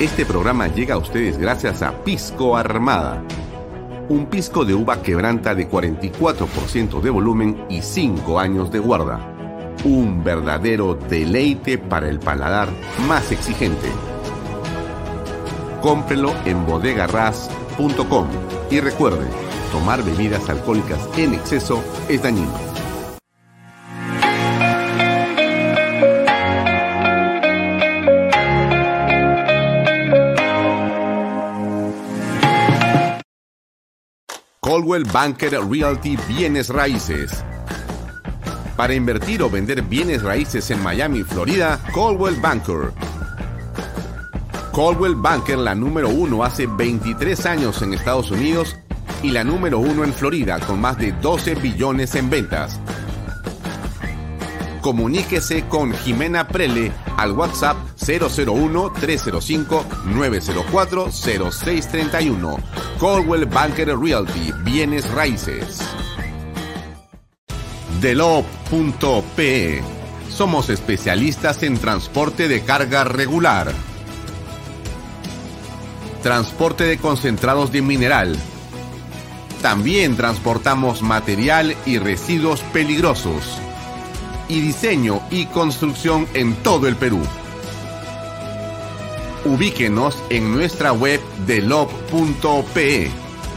Este programa llega a ustedes gracias a Pisco Armada. Un pisco de uva quebranta de 44% de volumen y 5 años de guarda. Un verdadero deleite para el paladar más exigente. Cómprelo en bodegarras.com y recuerde, tomar bebidas alcohólicas en exceso es dañino. Coldwell Banker Realty Bienes Raíces. Para invertir o vender bienes raíces en Miami, Florida, Coldwell Banker. Coldwell Banker, la número 1 hace 23 años en Estados Unidos y la número 1 en Florida, con más de 12 billones en ventas. Comuníquese con Jimena Prele al WhatsApp 001-305-904-0631. Coldwell Banker Realty, Bienes Raíces. Delop.pe. Somos especialistas en transporte de carga regular. Transporte de concentrados de mineral. También transportamos material y residuos peligrosos. Y diseño y construcción en todo el Perú. Ubíquenos en nuestra web delop.pe.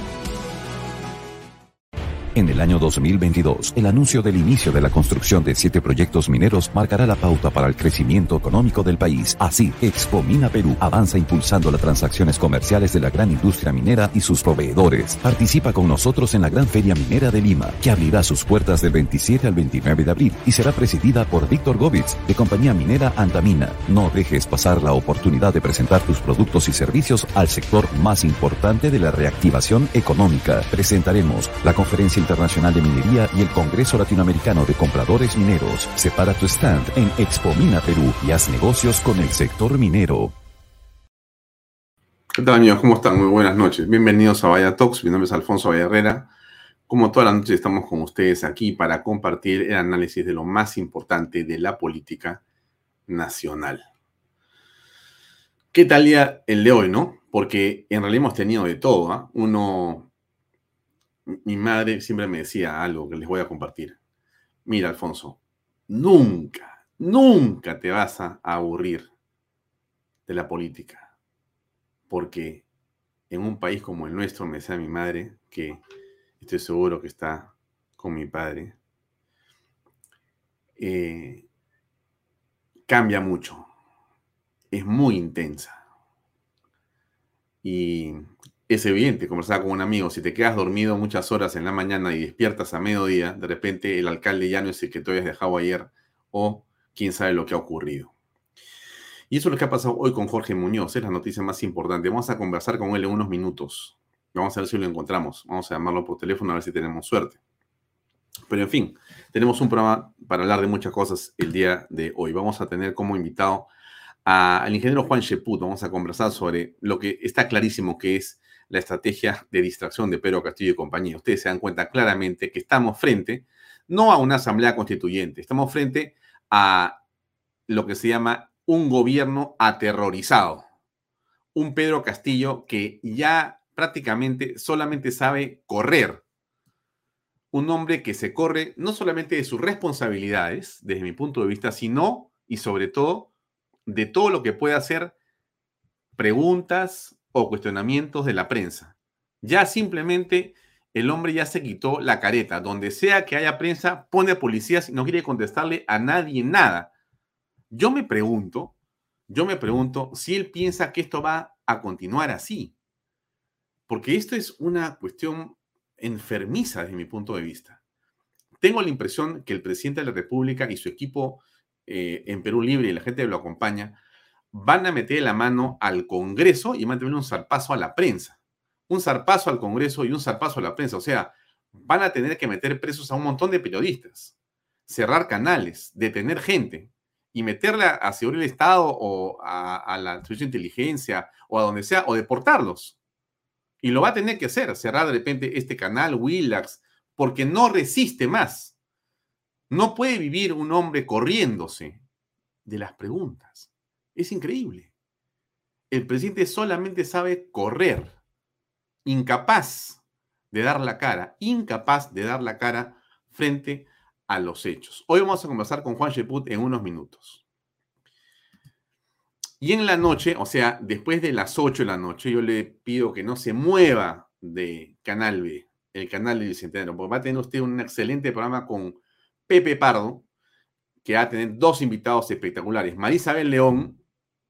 En el año 2022, el anuncio del inicio de la construcción de 7 proyectos mineros marcará la pauta para el crecimiento económico del país. Así, Expo Mina Perú avanza impulsando las transacciones comerciales de la gran industria minera y sus proveedores. Participa con nosotros en la Gran Feria Minera de Lima, que abrirá sus puertas del 27 al 29 de abril y será presidida por Víctor Govitz, de compañía minera Antamina. No dejes pasar la oportunidad de presentar tus productos y servicios al sector más importante de la reactivación económica. Presentaremos la Conferencia Internacional de Minería y el Congreso Latinoamericano de Compradores Mineros. Separa tu stand en Expo Mina Perú y haz negocios con el sector minero. ¿Qué tal, amigos? ¿Cómo están? Muy buenas noches. Bienvenidos a Vaya Talks. Mi nombre es Alfonso Valle Herrera. Como todas las noches estamos con ustedes aquí para compartir el análisis de lo más importante de la política nacional. ¿Qué tal día el de hoy, no? Porque en realidad hemos tenido de todo, ¿eh? Mi madre siempre me decía algo que les voy a compartir. Mira, Alfonso, nunca te vas a aburrir de la política. Porque en un país como el nuestro, me decía mi madre, que estoy seguro que está con mi padre, cambia mucho. Es muy intensa. Y es evidente, conversaba con un amigo, si te quedas dormido muchas horas en la mañana y despiertas a mediodía, de repente el alcalde ya no es el que te habías dejado ayer o quién sabe lo que ha ocurrido. Y eso es lo que ha pasado hoy con Jorge Muñoz, es la noticia más importante. Vamos a conversar con él en unos minutos. Vamos a ver si lo encontramos. Vamos a llamarlo por teléfono a ver si tenemos suerte. Pero en fin, tenemos un programa para hablar de muchas cosas el día de hoy. Vamos a tener como invitado al ingeniero Juan Cheput. Vamos a conversar sobre lo que está clarísimo que es la estrategia de distracción de Pedro Castillo y compañía. Ustedes se dan cuenta claramente que estamos frente, no a una asamblea constituyente, estamos frente a lo que se llama un gobierno aterrorizado. Un Pedro Castillo que ya prácticamente solamente sabe correr. Un hombre que se corre no solamente de sus responsabilidades, desde mi punto de vista, sino y sobre todo de todo lo que puede hacer preguntas o cuestionamientos de la prensa. Ya simplemente el hombre ya se quitó la careta. Donde sea que haya prensa, pone policías y no quiere contestarle a nadie nada. Yo me pregunto si él piensa que esto va a continuar así. Porque esto es una cuestión enfermiza desde mi punto de vista. Tengo la impresión que el presidente de la República y su equipo en Perú Libre y la gente que lo acompaña van a meter la mano al Congreso y van a tener un zarpazo a la prensa. Un zarpazo al Congreso y un zarpazo a la prensa. O sea, van a tener que meter presos a un montón de periodistas, cerrar canales, detener gente y meterla a seguridad del Estado o a la Servicio de Inteligencia o a donde sea, o deportarlos. Y lo va a tener que hacer, cerrar de repente este canal, Willax, porque no resiste más. No puede vivir un hombre corriéndose de las preguntas. Es increíble. El presidente solamente sabe correr, incapaz de dar la cara, frente a los hechos. Hoy vamos a conversar con Juan Cheput en unos minutos. Y en la noche, o sea, después de las 8 de la noche, yo le pido que no se mueva de Canal B, el canal del Bicentenario, porque va a tener usted un excelente programa con Pepe Pardo, que va a tener dos invitados espectaculares, Marisabel León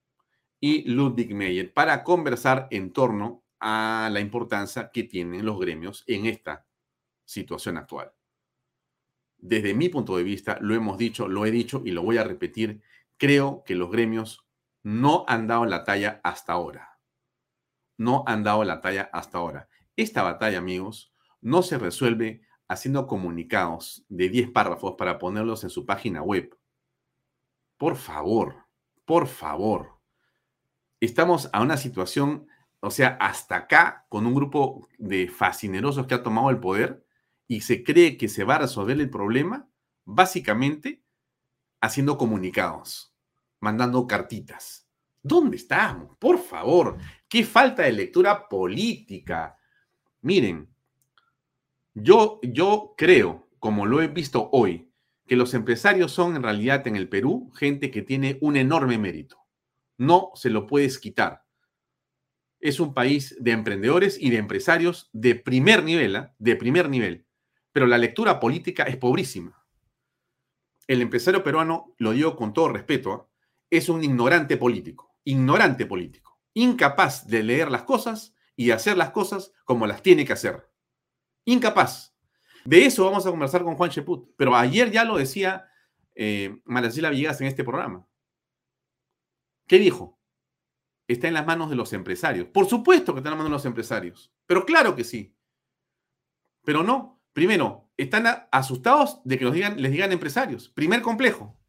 y Ludwig Meyer, para conversar en torno a la importancia que tienen los gremios en esta situación actual. Desde mi punto de vista, lo hemos dicho, lo he dicho y lo voy a repetir, creo que los gremios no han dado la talla hasta ahora. No han dado la talla hasta ahora. Esta batalla, amigos, no se resuelve haciendo comunicados de 10 párrafos para ponerlos en su página web. Por favor, por favor. Estamos a una situación, o sea, hasta acá, con un grupo de fascinerosos que ha tomado el poder y se cree que se va a resolver el problema, básicamente haciendo comunicados, mandando cartitas. ¿Dónde estamos? Por favor, qué falta de lectura política. Miren, yo creo, como lo he visto hoy, que los empresarios son en realidad en el Perú gente que tiene un enorme mérito. No se lo puedes quitar. Es un país de emprendedores y de empresarios de primer nivel, ¿eh? De primer nivel. Pero la lectura política es pobrísima. El empresario peruano, lo digo con todo respeto, es un ignorante político, incapaz de leer las cosas y hacer las cosas como las tiene que hacer. Incapaz. De eso vamos a conversar con Juan Cheput. Pero ayer ya lo decía Maricela Villegas en este programa. ¿Qué dijo? Está en las manos de los empresarios. Por supuesto que está en las manos de los empresarios. Pero claro que sí. Pero no. Primero, están asustados de que les digan empresarios. Primer complejo.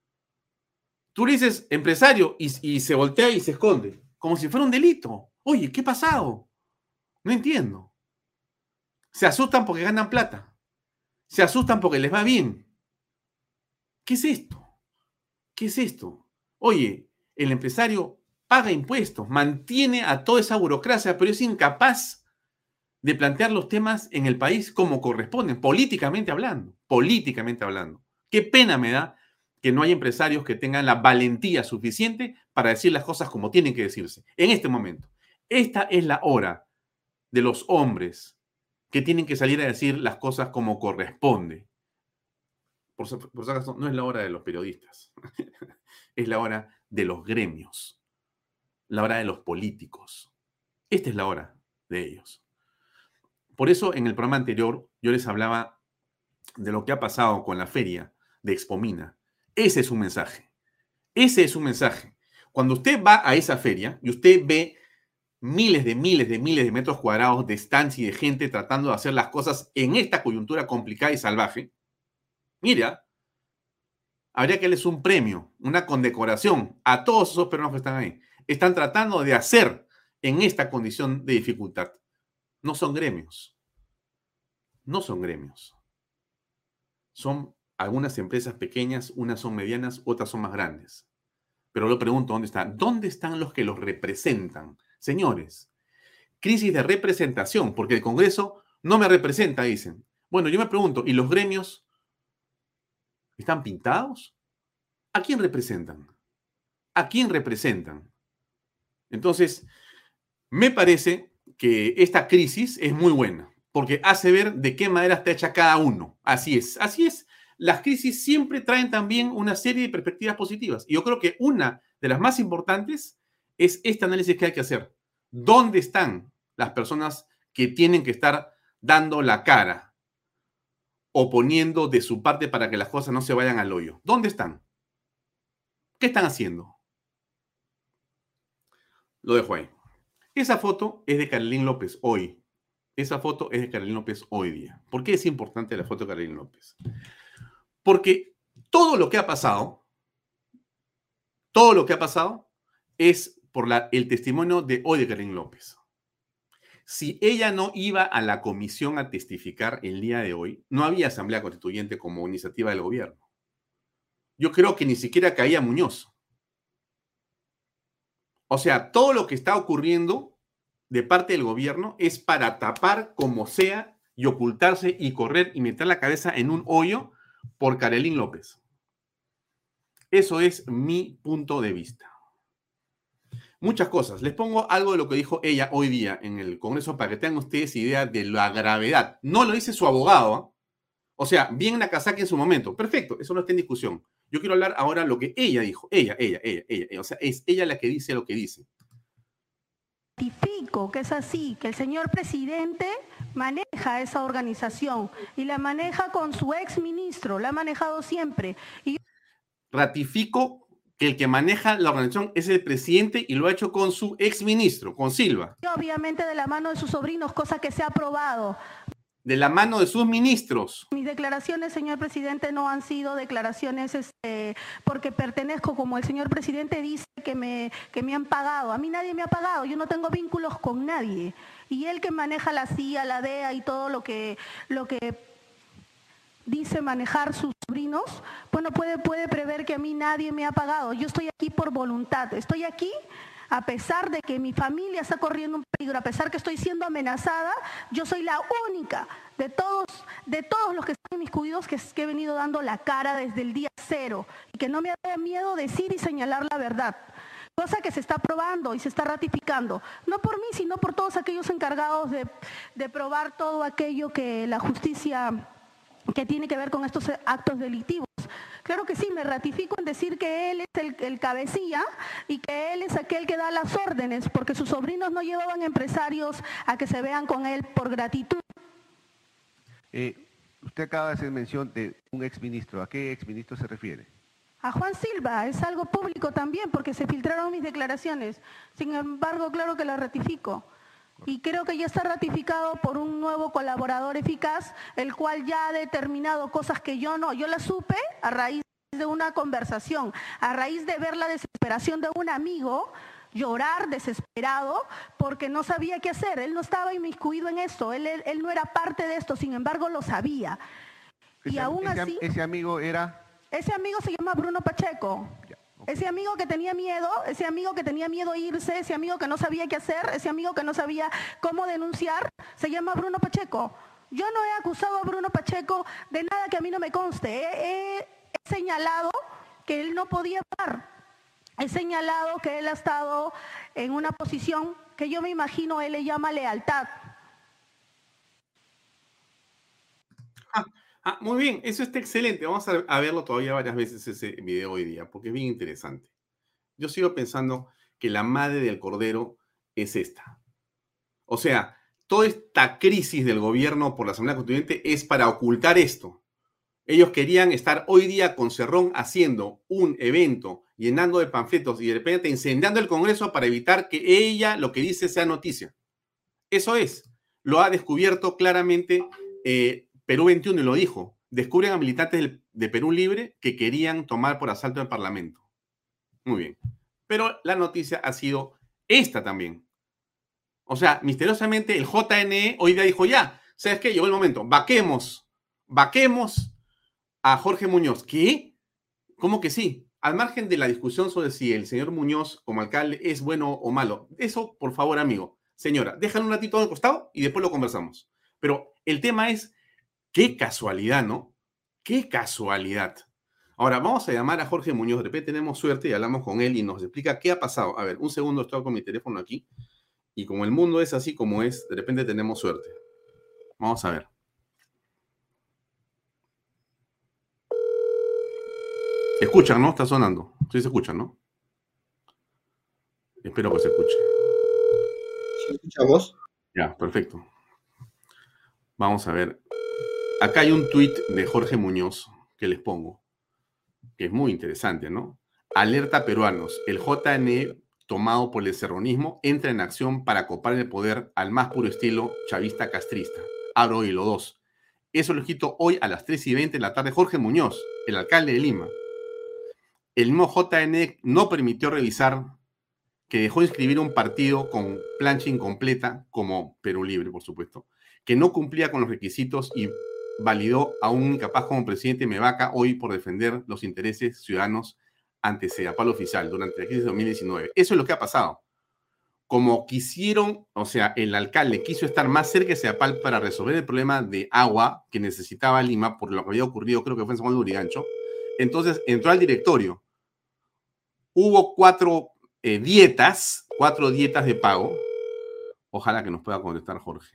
Tú le dices empresario y se voltea y se esconde. Como si fuera un delito. Oye, ¿qué ha pasado? No entiendo. Se asustan porque ganan plata. Se asustan porque les va bien. ¿Qué es esto? ¿Qué es esto? Oye, el empresario paga impuestos, mantiene a toda esa burocracia, pero es incapaz de plantear los temas en el país como corresponden, políticamente hablando. Políticamente hablando. Qué pena me da que no hay empresarios que tengan la valentía suficiente para decir las cosas como tienen que decirse en este momento. Esta es la hora de los hombres que tienen que salir a decir las cosas como corresponde. Por si acaso, no es la hora de los periodistas, es la hora de los gremios, la hora de los políticos. Esta es la hora de ellos. Por eso, en el programa anterior, yo les hablaba de lo que ha pasado con la feria de Expomina. Ese es un mensaje. Ese es un mensaje. Cuando usted va a esa feria y usted ve miles de metros cuadrados de stands y de gente tratando de hacer las cosas en esta coyuntura complicada y salvaje, mira, habría que darles un premio, una condecoración a todos esos peruanos que están ahí. Están tratando de hacer en esta condición de dificultad. No son gremios. No son gremios. Son algunas empresas pequeñas, unas son medianas, otras son más grandes. Pero lo pregunto, ¿dónde están? ¿Dónde están los que los representan? Señores, crisis de representación, porque el Congreso no me representa, dicen. Bueno, yo me pregunto, ¿y los gremios están pintados? ¿A quién representan? ¿A quién representan? Entonces, me parece que esta crisis es muy buena, porque hace ver de qué manera está hecha cada uno. Así es, así es. Las crisis siempre traen también una serie de perspectivas positivas. Y yo creo que una de las más importantes es este análisis que hay que hacer. ¿Dónde están las personas que tienen que estar dando la cara o poniendo de su parte para que las cosas no se vayan al hoyo? ¿Dónde están? ¿Qué están haciendo? Lo dejo ahí. Esa foto es de Carolina López hoy. Esa foto es de Carolina López hoy día. ¿Por qué es importante la foto de Carolina López? Porque todo lo que ha pasado es por el testimonio de hoy de Carolina López. Si ella no iba a la comisión a testificar el día de hoy, no había asamblea constituyente como iniciativa del gobierno. Yo creo que ni siquiera caía Muñoz. O sea, todo lo que está ocurriendo de parte del gobierno es para tapar como sea y ocultarse y correr y meter la cabeza en un hoyo por Carolyn López. Eso es mi punto de vista. Muchas cosas. Les pongo algo de lo que dijo ella hoy día en el Congreso para que tengan ustedes idea de la gravedad. No lo dice su abogado, ¿eh? O sea, bien Nakazaki en su momento. Perfecto, eso no está en discusión. Yo quiero hablar ahora lo que ella dijo. Ella. O sea, es ella la que dice lo que dice. Ratifico que es así, que el señor presidente maneja esa organización y la maneja con su exministro, la ha manejado siempre. Y ratifico que el que maneja la organización es el presidente y lo ha hecho con su exministro, con Silva. obviamente de la mano de sus sobrinos, cosa que se ha aprobado. De la mano de sus ministros. Mis declaraciones, señor presidente, no han sido declaraciones porque pertenezco, como el señor presidente dice, que me han pagado. A mí nadie me ha pagado, yo no tengo vínculos con nadie. Y él que maneja la CIA, la DEA y todo lo que dice manejar sus sobrinos, bueno, puede prever que a mí nadie me ha pagado. Yo estoy aquí por voluntad, estoy aquí a pesar de que mi familia está corriendo un peligro, a pesar que estoy siendo amenazada. Yo soy la única de todos los que están inmiscuidos que he venido dando la cara desde el día cero y que no me da miedo decir y señalar la verdad. Cosa que se está probando y se está ratificando, no por mí, sino por todos aquellos encargados de probar todo aquello que la justicia que tiene que ver con estos actos delictivos. Claro que sí, me ratifico en decir que él es el cabecilla y que él es aquel que da las órdenes, porque sus sobrinos no llevaban empresarios a que se vean con él por gratitud. Usted acaba de hacer mención de un exministro. ¿A qué exministro se refiere? A Juan Silva, es algo público también, porque se filtraron mis declaraciones. Sin embargo, claro que la ratifico. Y creo que ya está ratificado por un nuevo colaborador eficaz, el cual ya ha determinado cosas que yo no. Yo las supe a raíz de una conversación, a raíz de ver la desesperación de un amigo, llorar desesperado porque no sabía qué hacer. Él no estaba inmiscuido en esto, él no era parte de esto, sin embargo lo sabía. Y aún así... ¿Ese amigo era? Ese amigo se llama Bruno Pacheco. Ese amigo que tenía miedo, a irse, ese amigo que no sabía qué hacer, ese amigo que no sabía cómo denunciar, se llama Bruno Pacheco. Yo no he acusado a Bruno Pacheco de nada que a mí no me conste. He señalado que él no podía parar. He señalado que él ha estado en una posición que yo me imagino él le llama lealtad. Muy bien, eso está excelente. Vamos a verlo todavía varias veces ese video hoy día, porque es bien interesante. Yo sigo pensando que la madre del cordero es esta. O sea, toda esta crisis del gobierno por la Asamblea Constituyente es para ocultar esto. Ellos querían estar hoy día con Cerrón haciendo un evento, llenando de panfletos y de repente incendiando el Congreso para evitar que ella lo que dice sea noticia. Eso es. Lo ha descubierto claramente Perú 21 y lo dijo. Descubren a militantes de Perú Libre que querían tomar por asalto el Parlamento. Muy bien. Pero la noticia ha sido esta también. O sea, misteriosamente el JNE hoy día dijo ya, ¿sabes qué? Llegó el momento. Vaquemos a Jorge Muñoz. ¿Qué? ¿Cómo que sí? Al margen de la discusión sobre si el señor Muñoz como alcalde es bueno o malo. Eso, por favor, amigo. Señora, déjalo un ratito al costado y después lo conversamos. Pero el tema es, qué casualidad, ¿no? Qué casualidad. Ahora, vamos a llamar a Jorge Muñoz. De repente tenemos suerte y hablamos con él y nos explica qué ha pasado. A ver, un segundo, estoy con mi teléfono aquí. Y como el mundo es así como es, de repente tenemos suerte. Vamos a ver. Escuchan, ¿no? Está sonando. Sí se escucha, ¿no? Espero que se escuche. ¿Sí escuchamos? Ya, perfecto. Vamos a ver. Acá hay un tuit de Jorge Muñoz que les pongo, que es muy interesante, ¿no? Alerta peruanos. El JNE, tomado por el serronismo, entra en acción para copar el poder al más puro estilo chavista castrista. Abro hilo 2. Eso lo escrito hoy a las 3:20 de la tarde Jorge Muñoz, el alcalde de Lima. El mismo JNE no permitió revisar que dejó de inscribir un partido con plancha incompleta, como Perú Libre, por supuesto, que no cumplía con los requisitos y validó a un incapaz como presidente Mevaca hoy por defender los intereses ciudadanos ante Sedapal oficial durante la crisis de 2019. Eso es lo que ha pasado. Como quisieron, o sea, el alcalde quiso estar más cerca de Sedapal para resolver el problema de agua que necesitaba Lima por lo que había ocurrido, creo que fue en San Juan de Lurigancho. Entonces entró al directorio. Hubo 4 dietas de pago. Ojalá que nos pueda contestar Jorge.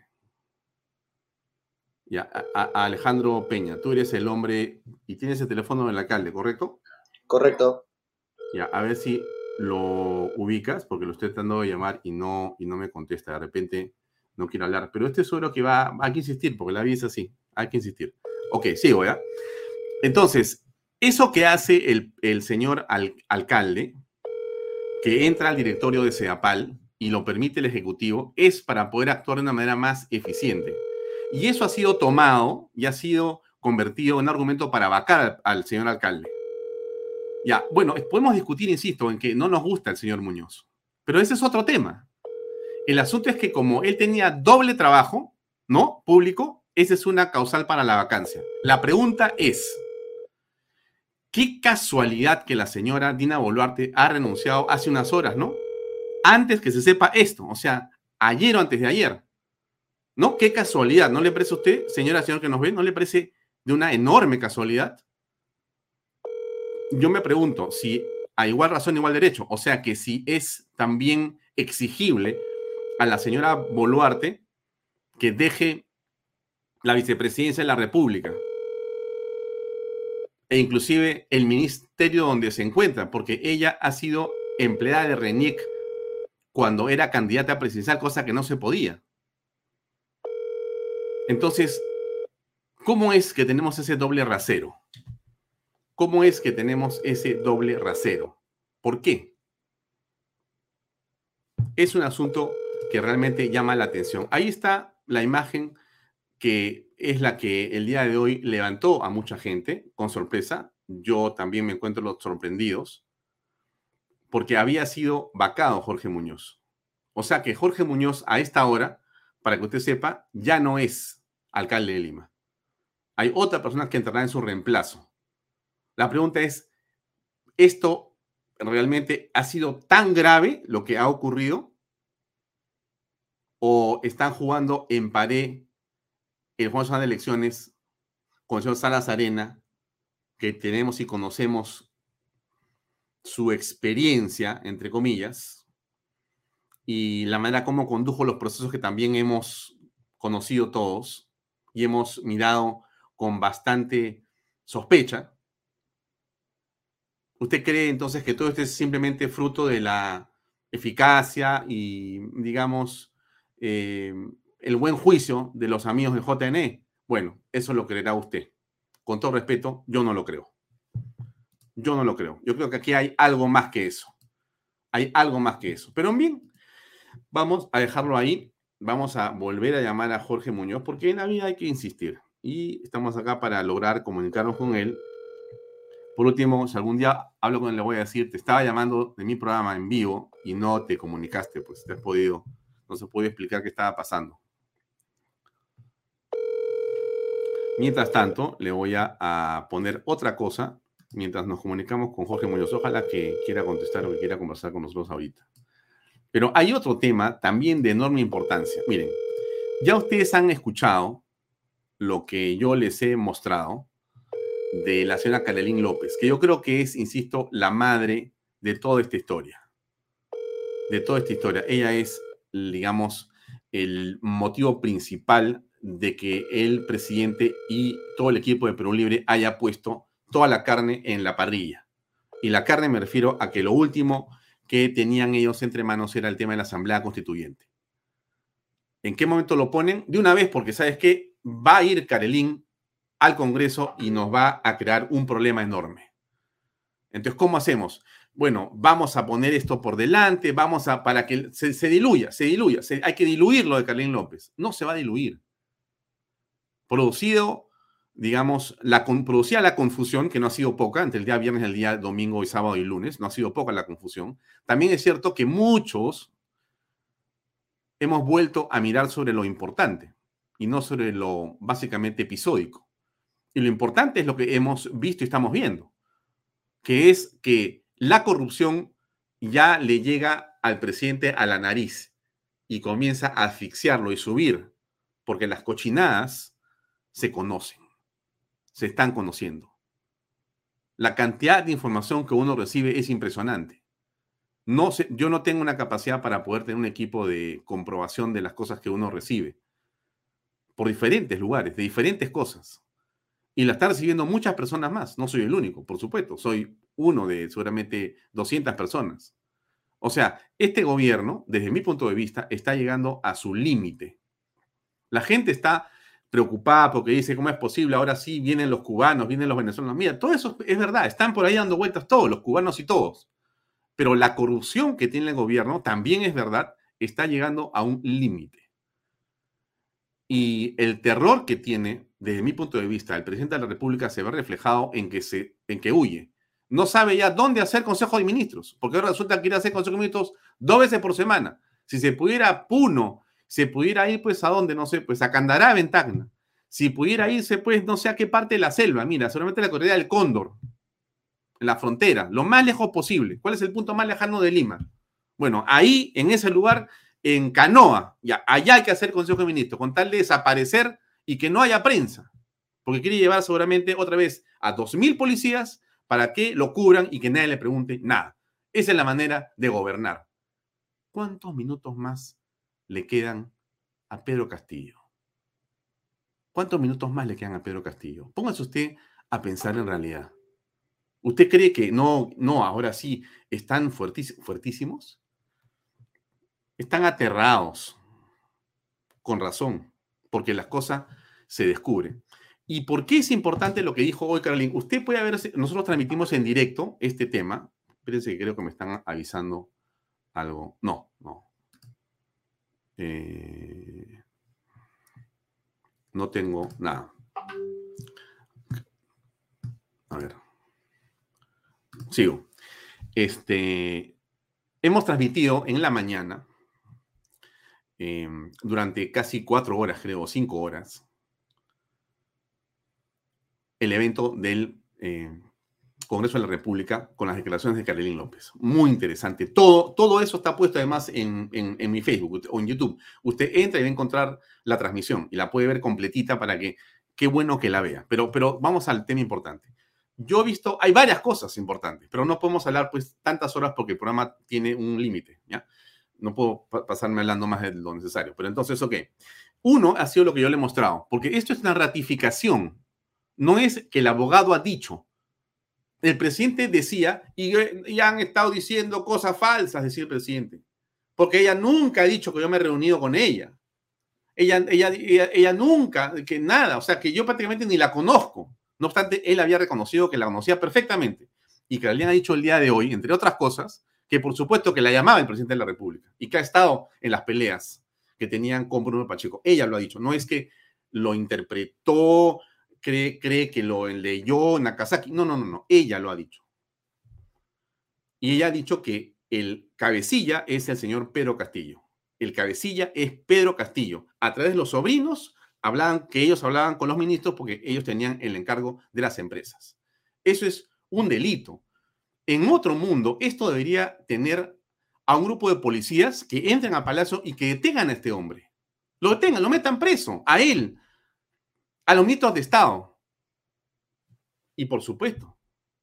Ya, a Alejandro Peña, tú eres el hombre y tienes el teléfono del alcalde, ¿correcto? Correcto. Ya, a ver si lo ubicas, porque lo estoy tratando de llamar y no me contesta. De repente no quiero hablar, pero estoy seguro que hay que insistir, porque la vida es así, hay que insistir. Ok, sigo, ¿ya? Entonces, eso que hace el señor alcalde, que entra al directorio de Sedapal y lo permite el Ejecutivo, es para poder actuar de una manera más eficiente. Y eso ha sido tomado y ha sido convertido en un argumento para vacar al señor alcalde. Ya, bueno, podemos discutir, insisto, en que no nos gusta el señor Muñoz, pero ese es otro tema. El asunto es que como él tenía doble trabajo, ¿no? Público, esa es una causal para la vacancia. La pregunta es, qué casualidad que la señora Dina Boluarte ha renunciado hace unas horas, ¿no? Antes que se sepa esto, o sea, ayer o antes de ayer. ¿No? Qué casualidad, ¿no le parece a usted, señora, señor que nos ve, no le parece de una enorme casualidad? Yo me pregunto si a igual razón, igual derecho, o sea que si es también exigible a la señora Boluarte que deje la vicepresidencia de la República e inclusive el ministerio donde se encuentra, porque ella ha sido empleada de RENIEC cuando era candidata presidencial, cosa que no se podía. Entonces, ¿cómo es que tenemos ese doble rasero? ¿Cómo es que tenemos ese doble rasero? ¿Por qué? Es un asunto que realmente llama la atención. Ahí está la imagen que es la que el día de hoy levantó a mucha gente con sorpresa. Yo también me encuentro los sorprendidos porque había sido vacado Jorge Muñoz. O sea que Jorge Muñoz a esta hora, para que usted sepa, ya no es alcalde de Lima. Hay otra persona que entrará en su reemplazo. La pregunta es, ¿esto realmente ha sido tan grave lo que ha ocurrido? ¿O están jugando en pared el juego de elecciones con el señor Salas Arena, que tenemos y conocemos su experiencia, entre comillas, y la manera como condujo los procesos que también hemos conocido todos y hemos mirado con bastante sospecha? ¿Usted cree entonces que todo esto es simplemente fruto de la eficacia y, digamos, el buen juicio de los amigos de JNE? Bueno, eso lo creerá usted. Con todo respeto, yo no lo creo. Yo no lo creo. Yo creo que aquí hay algo más que eso. Hay algo más que eso. Pero bien, vamos a dejarlo ahí. Vamos a volver a llamar a Jorge Muñoz porque en la vida hay que insistir. Y estamos acá para lograr comunicarnos con él. Por último, si algún día hablo con él, le voy a decir, te estaba llamando de mi programa en vivo y no te comunicaste, pues no se puede explicar qué estaba pasando. Mientras tanto, le voy a poner otra cosa mientras nos comunicamos con Jorge Muñoz. Ojalá que quiera contestar o que quiera conversar con nosotros ahorita. Pero hay otro tema también de enorme importancia. Miren, ya ustedes han escuchado lo que yo les he mostrado de la señora Carolyn López, que yo creo que es, insisto, la madre de toda esta historia. De toda esta historia. Ella es, digamos, el motivo principal de que el presidente y todo el equipo de Perú Libre haya puesto toda la carne en la parrilla. Y la carne me refiero a que lo último que tenían ellos entre manos era el tema de la Asamblea Constituyente. ¿En qué momento lo ponen? De una vez, porque ¿sabes qué? Va a ir Carolyn al Congreso y nos va a crear un problema enorme. Entonces, ¿cómo hacemos? Bueno, vamos a poner esto por delante, para que se diluya, hay que diluirlo de Carolyn López. No se va a diluir. Producía la confusión, que no ha sido poca, entre el día viernes, el día domingo y sábado y lunes, no ha sido poca la confusión. También es cierto que muchos hemos vuelto a mirar sobre lo importante y no sobre lo básicamente episódico. Y lo importante es lo que hemos visto y estamos viendo, que es que la corrupción ya le llega al presidente a la nariz y comienza a asfixiarlo y subir, porque las cochinadas se conocen, se están conociendo. La cantidad de información que uno recibe es impresionante. No sé, yo no tengo una capacidad para poder tener un equipo de comprobación de las cosas que uno recibe por diferentes lugares, de diferentes cosas. Y la están recibiendo muchas personas más. No soy el único, por supuesto. Soy uno de seguramente 200 personas. O sea, este gobierno, desde mi punto de vista, está llegando a su límite. La gente está preocupada porque dice, ¿cómo es posible? Ahora sí vienen los cubanos, vienen los venezolanos. Mira, todo eso es verdad. Están por ahí dando vueltas todos, los cubanos y todos. Pero la corrupción que tiene el gobierno, también es verdad, está llegando a un límite. Y el terror que tiene, desde mi punto de vista, el presidente de la República se ve reflejado en que huye. No sabe ya dónde hacer consejo de ministros, porque ahora resulta que ir a hacer consejo de ministros 2 veces por semana. Si se pudiera a Puno, se pudiera ir pues a dónde, no sé, pues a Candarave, en Tacna. Si pudiera irse pues no sé a qué parte de la selva, mira, solamente la corredera del Cóndor, en la frontera, lo más lejos posible. ¿Cuál es el punto más lejano de Lima? Bueno, ahí, en ese lugar, en canoa, ya, allá hay que hacer consejo de ministros, con tal de desaparecer y que no haya prensa, porque quiere llevar seguramente otra vez a 2.000 policías para que lo cubran y que nadie le pregunte nada. Esa es la manera de gobernar. ¿Cuántos minutos más le quedan a Pedro Castillo? ¿Cuántos minutos más le quedan a Pedro Castillo? Póngase usted a pensar en realidad. ¿Usted cree que no, ahora sí, están fuertísimos? Están aterrados, con razón, porque las cosas se descubren. ¿Y por qué es importante lo que dijo hoy Carolina? Usted puede ver, nosotros transmitimos en directo este tema. Espérense que creo que me están avisando algo. No. No tengo nada. A ver. Sigo. Hemos transmitido en la mañana, durante casi 4 horas, creo, 5 horas, el evento del Congreso de la República con las declaraciones de Carolina López. Muy interesante. Todo eso está puesto además en mi Facebook o en YouTube. Usted entra y va a encontrar la transmisión y la puede ver completita para que, qué bueno que la vea. Pero vamos al tema importante. Yo he visto, hay varias cosas importantes, pero no podemos hablar pues tantas horas porque el programa tiene un límite, ¿ya? No puedo pasarme hablando más de lo necesario. Pero entonces, ok. Uno ha sido lo que yo le he mostrado, porque esto es una ratificación. No es que el abogado ha dicho. El presidente decía, y han estado diciendo cosas falsas, decía el presidente, porque ella nunca ha dicho que yo me he reunido con ella. Ella nunca, que nada, o sea, que yo prácticamente ni la conozco. No obstante, él había reconocido que la conocía perfectamente y que le ha dicho el día de hoy, entre otras cosas, que por supuesto que la llamaba el presidente de la República y que ha estado en las peleas que tenían con Bruno Pacheco. Ella lo ha dicho, no es que lo interpretó, cree que lo leyó Nakazaki. No. Ella lo ha dicho. Y ella ha dicho que el cabecilla es el señor Pedro Castillo. El cabecilla es Pedro Castillo. A través de los sobrinos, ellos hablaban con los ministros porque ellos tenían el encargo de las empresas. Eso es un delito. En otro mundo, esto debería tener a un grupo de policías que entren a Palacio y que detengan a este hombre. Lo detengan, lo metan preso, a él, a los ministros de Estado. Y por supuesto,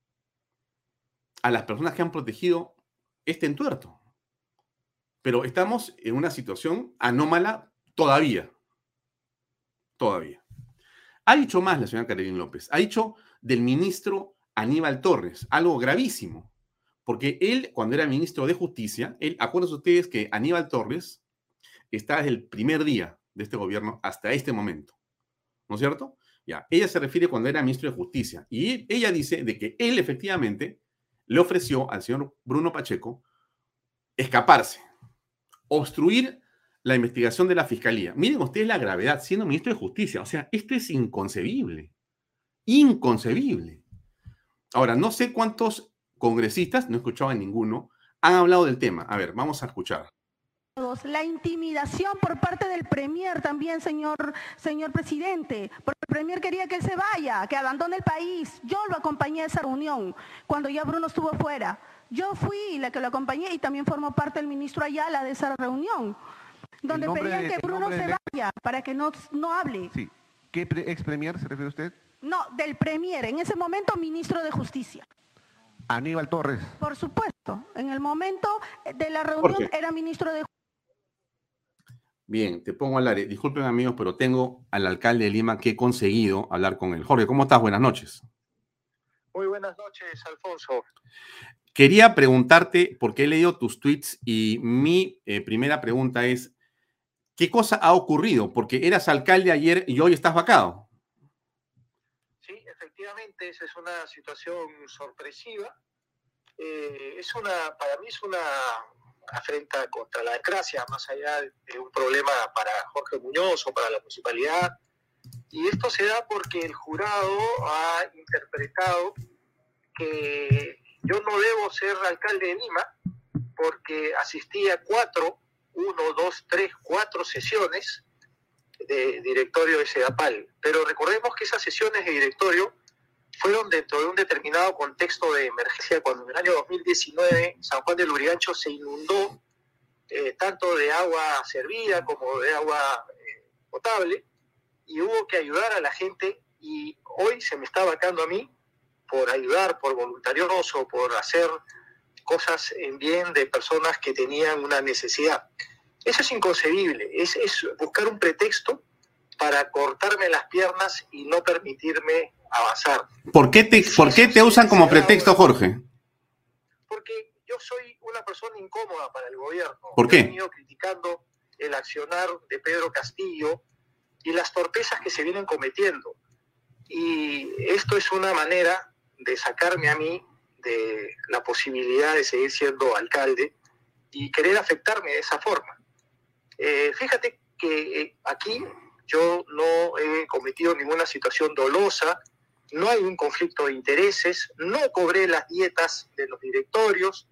a las personas que han protegido este entuerto. Pero estamos en una situación anómala todavía. Todavía. Ha dicho más la señora Carolina López. Ha dicho del ministro Aníbal Torres, algo gravísimo. Porque él, cuando era ministro de Justicia, acuérdense ustedes que Aníbal Torres está desde el primer día de este gobierno hasta este momento. ¿No es cierto? Ya, ella se refiere cuando era ministro de Justicia. Y ella dice de que él efectivamente le ofreció al señor Bruno Pacheco escaparse, obstruir la investigación de la Fiscalía. Miren ustedes la gravedad, siendo ministro de Justicia. O sea, esto es inconcebible. Inconcebible. Ahora, no sé cuántos congresistas, no he escuchado a ninguno, han hablado del tema. A ver, vamos a escuchar. La intimidación por parte del Premier también, señor presidente, porque el Premier quería que él se vaya, que abandone el país. Yo lo acompañé a esa reunión cuando ya Bruno estuvo fuera. Yo fui la que lo acompañé y también formó parte el ministro Ayala de esa reunión, donde pedían que Bruno se vaya para que no hable. Sí. ¿Qué ex Premier se refiere usted? No, del Premier, en ese momento ministro de Justicia. Aníbal Torres. Por supuesto, en el momento de la reunión era ministro de Justicia. Bien, te pongo al aire. Disculpen amigos, pero tengo al alcalde de Lima que he conseguido hablar con él. Jorge, ¿cómo estás? Buenas noches. Muy buenas noches, Alfonso. Quería preguntarte, porque he leído tus tweets y mi primera pregunta es, ¿qué cosa ha ocurrido? Porque eras alcalde ayer y hoy estás vacado. Sí, efectivamente, esa es una situación sorpresiva. Para mí es una afrenta contra la democracia, más allá de un problema para Jorge Muñoz o para la municipalidad. Y esto se da porque el jurado ha interpretado que yo no debo ser alcalde de Lima porque asistí a 4 sesiones de directorio de SEDAPAL. Pero recordemos que esas sesiones de directorio fueron dentro de un determinado contexto de emergencia, cuando en el año 2019 San Juan del Lurigancho se inundó tanto de agua servida como de agua potable, y hubo que ayudar a la gente, y hoy se me está vacando a mí por ayudar, por voluntarioso, por hacer cosas en bien de personas que tenían una necesidad. Eso es inconcebible, es buscar un pretexto para cortarme las piernas y no permitirme avanzar. ¿Por qué te usan como pretexto, Jorge? Porque yo soy una persona incómoda para el gobierno. ¿Por qué? He venido criticando el accionar de Pedro Castillo y las torpezas que se vienen cometiendo. Y esto es una manera de sacarme a mí de la posibilidad de seguir siendo alcalde y querer afectarme de esa forma. Fíjate que aquí yo no he cometido ninguna situación dolosa, no hay un conflicto de intereses, no cobré las dietas de los directorios,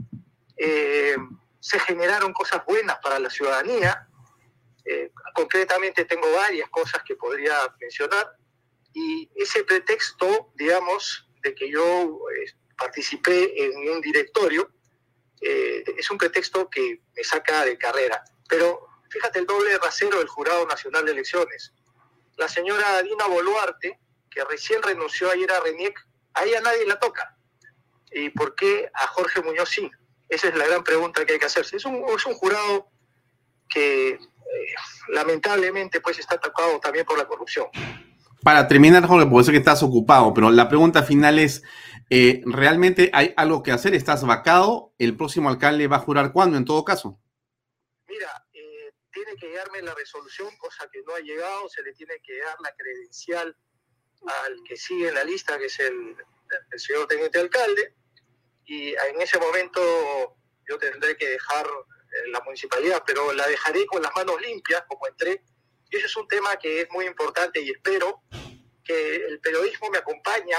se generaron cosas buenas para la ciudadanía, concretamente tengo varias cosas que podría mencionar, y ese pretexto, digamos, de que yo participé en un directorio, es un pretexto que me saca de carrera. Pero fíjate el doble rasero del Jurado Nacional de Elecciones. La señora Dina Boluarte, que recién renunció ayer a RENIEC, a ella nadie la toca. ¿Y por qué a Jorge Muñoz sí? Esa es la gran pregunta que hay que hacerse. Es un jurado que lamentablemente pues está atacado también por la corrupción. Para terminar, Jorge, porque sé que estás ocupado, pero la pregunta final es, ¿realmente hay algo que hacer? ¿Estás vacado? ¿El próximo alcalde va a jurar cuándo, en todo caso? Mira, tiene que llegarme la resolución, cosa que no ha llegado, se le tiene que dar la credencial al que sigue en la lista, que es el señor teniente alcalde, y en ese momento yo tendré que dejar la municipalidad, pero la dejaré con las manos limpias, como entré, y eso es un tema que es muy importante, y espero que el periodismo me acompañe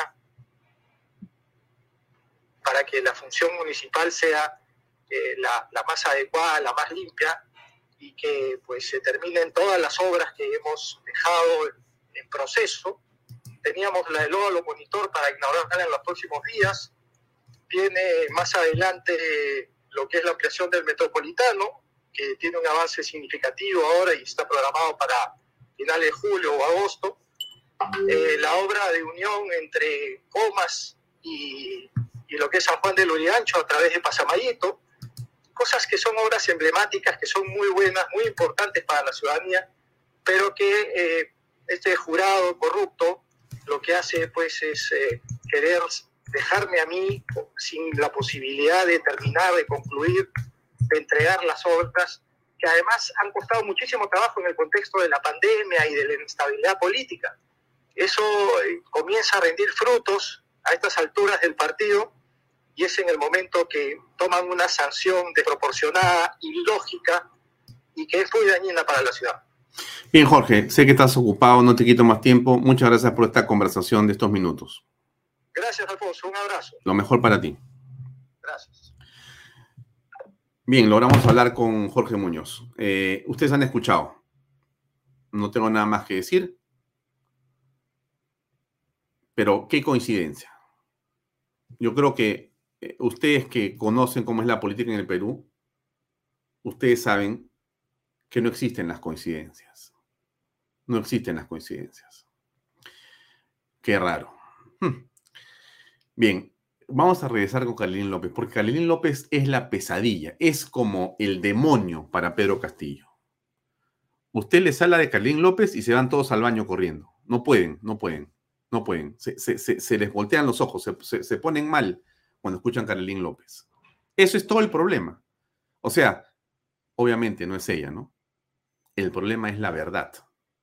para que la función municipal sea la más adecuada, la más limpia, y que pues se terminen todas las obras que hemos dejado en proceso. Teníamos la del óvalo monitor para inaugurarla en los próximos días. Viene más adelante lo que es la ampliación del metropolitano, que tiene un avance significativo ahora y está programado para finales de julio o agosto. La obra de unión entre Comas y lo que es San Juan del Lurigancho a través de Pasamayito, cosas que son obras emblemáticas, que son muy buenas, muy importantes para la ciudadanía, pero que este jurado corrupto lo que hace pues es querer dejarme a mí sin la posibilidad de terminar, de concluir, de entregar las obras, que además han costado muchísimo trabajo en el contexto de la pandemia y de la inestabilidad política. Eso comienza a rendir frutos a estas alturas del partido, y es en el momento que toman una sanción desproporcionada, ilógica, y que es muy dañina para la ciudad. Bien, Jorge, sé que estás ocupado, no te quito más tiempo. Muchas gracias por esta conversación de estos minutos. Gracias, Alfonso. Un abrazo. Lo mejor para ti. Gracias. Bien, logramos hablar con Jorge Muñoz. Ustedes han escuchado. No tengo nada más que decir. Pero qué coincidencia. Yo creo que ustedes que conocen cómo es la política en el Perú, ustedes saben que no existen las coincidencias. No existen las coincidencias. Qué raro. Bien, vamos a regresar con Carolina López, porque Carolina López es la pesadilla, es como el demonio para Pedro Castillo. Usted les habla de Carolina López y se van todos al baño corriendo. No pueden. Se les voltean los ojos, se ponen mal cuando escuchan Carolina López. Eso es todo el problema. O sea, obviamente no es ella, ¿no? El problema es la verdad.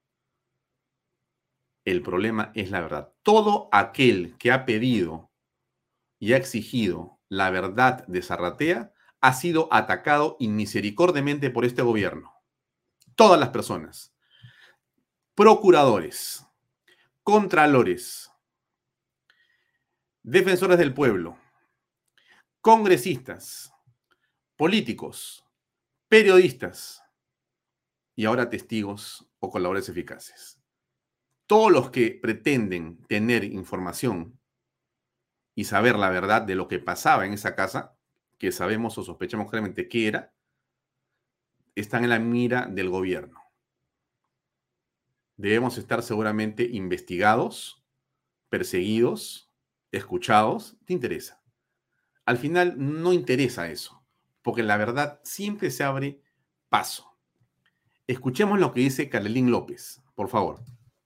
El problema es la verdad. Todo aquel que ha pedido y ha exigido la verdad de Zarratea ha sido atacado inmisericordiamente por este gobierno. Todas las personas. Procuradores, contralores, defensores del pueblo, congresistas, políticos, periodistas y ahora testigos o colaboradores eficaces. Todos los que pretenden tener información y saber la verdad de lo que pasaba en esa casa, que sabemos o sospechamos claramente qué era, están en la mira del gobierno. Debemos estar seguramente investigados, perseguidos, escuchados. ¿Te interesa? Al final no interesa eso, porque la verdad siempre se abre paso. Escuchemos lo que dice Carolina López, por favor.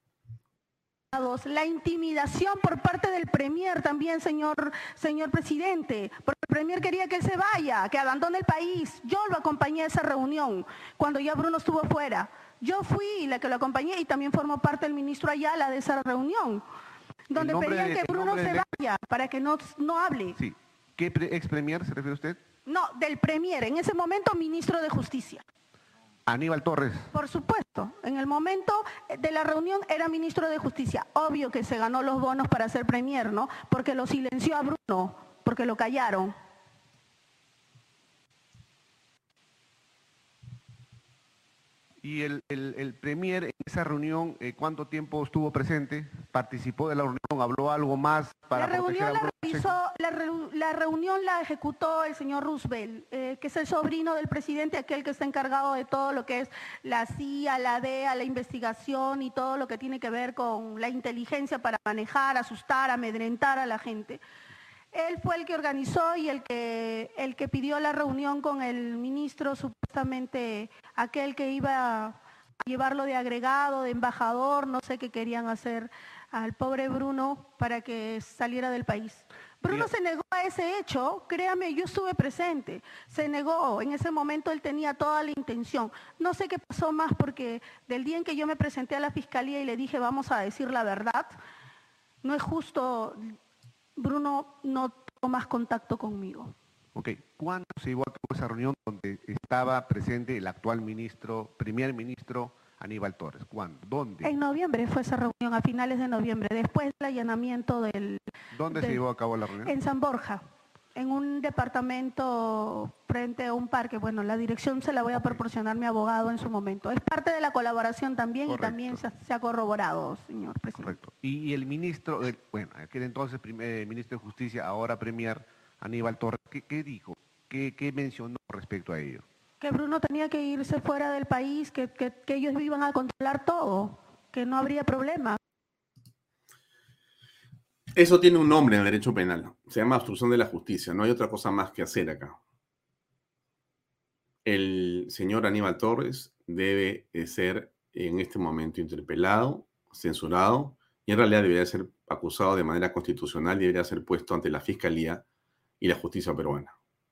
La intimidación por parte del Premier también, señor presidente, porque el Premier quería que él se vaya, que abandone el país. Yo lo acompañé a esa reunión cuando ya Bruno estuvo fuera. Yo fui la que lo acompañé y también formó parte el ministro Ayala de esa reunión, donde pedían que Bruno se vaya para que no hable. Sí. ¿Qué ex Premier se refiere usted? No, del Premier, en ese momento ministro de Justicia. Aníbal Torres. Por supuesto, en el momento de la reunión era ministro de Justicia. Obvio que se ganó los bonos para ser premier, ¿no? Porque lo silenció a Bruno, porque lo callaron. ¿Y el premier en esa reunión, cuánto tiempo estuvo presente? ¿Participó de la reunión? ¿Habló algo más para proteger a Bruno? La reunión la ejecutó el señor Roosevelt, que es el sobrino del presidente, aquel que está encargado de todo lo que es la CIA, la DEA, la investigación y todo lo que tiene que ver con la inteligencia para manejar, asustar, amedrentar a la gente. Él fue el que organizó y el que pidió la reunión con el ministro, supuestamente aquel que iba a llevarlo de agregado, de embajador, no sé qué querían hacer al pobre Bruno para que saliera del país. Bruno se negó a ese hecho, créame, yo estuve presente, se negó, en ese momento él tenía toda la intención. No sé qué pasó más porque del día en que yo me presenté a la fiscalía y le dije vamos a decir la verdad, no es justo... Bruno no tuvo más contacto conmigo. Ok, ¿cuándo se llevó a cabo esa reunión donde estaba presente el actual primer ministro Aníbal Torres? ¿Cuándo? ¿Dónde? En noviembre fue esa reunión, a finales de noviembre, después del allanamiento del... ¿Dónde se llevó a cabo la reunión? En San Borja, en un departamento frente a un parque. Bueno, la dirección se la voy a proporcionar mi abogado en su momento. Es parte de la colaboración también. Correcto. Y también se ha corroborado, señor presidente. Correcto. Y el ministro, bueno, aquel entonces ministro de Justicia, ahora premier, Aníbal Torres, ¿qué dijo? ¿Qué mencionó respecto a ello? Que Bruno tenía que irse fuera del país, que ellos iban a controlar todo, que no habría problema. Eso tiene un nombre en el derecho penal. Se llama obstrucción de la justicia. No hay otra cosa más que hacer acá. El señor Aníbal Torres debe ser en este momento interpelado, censurado, y en realidad debería ser acusado de manera constitucional y debería ser puesto ante la Fiscalía y la justicia peruana.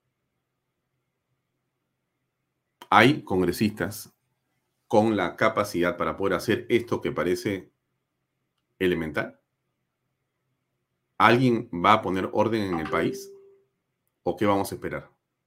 Hay congresistas con la capacidad para poder hacer esto que parece elemental. ¿Alguien va a poner orden en el país? ¿O qué vamos a esperar?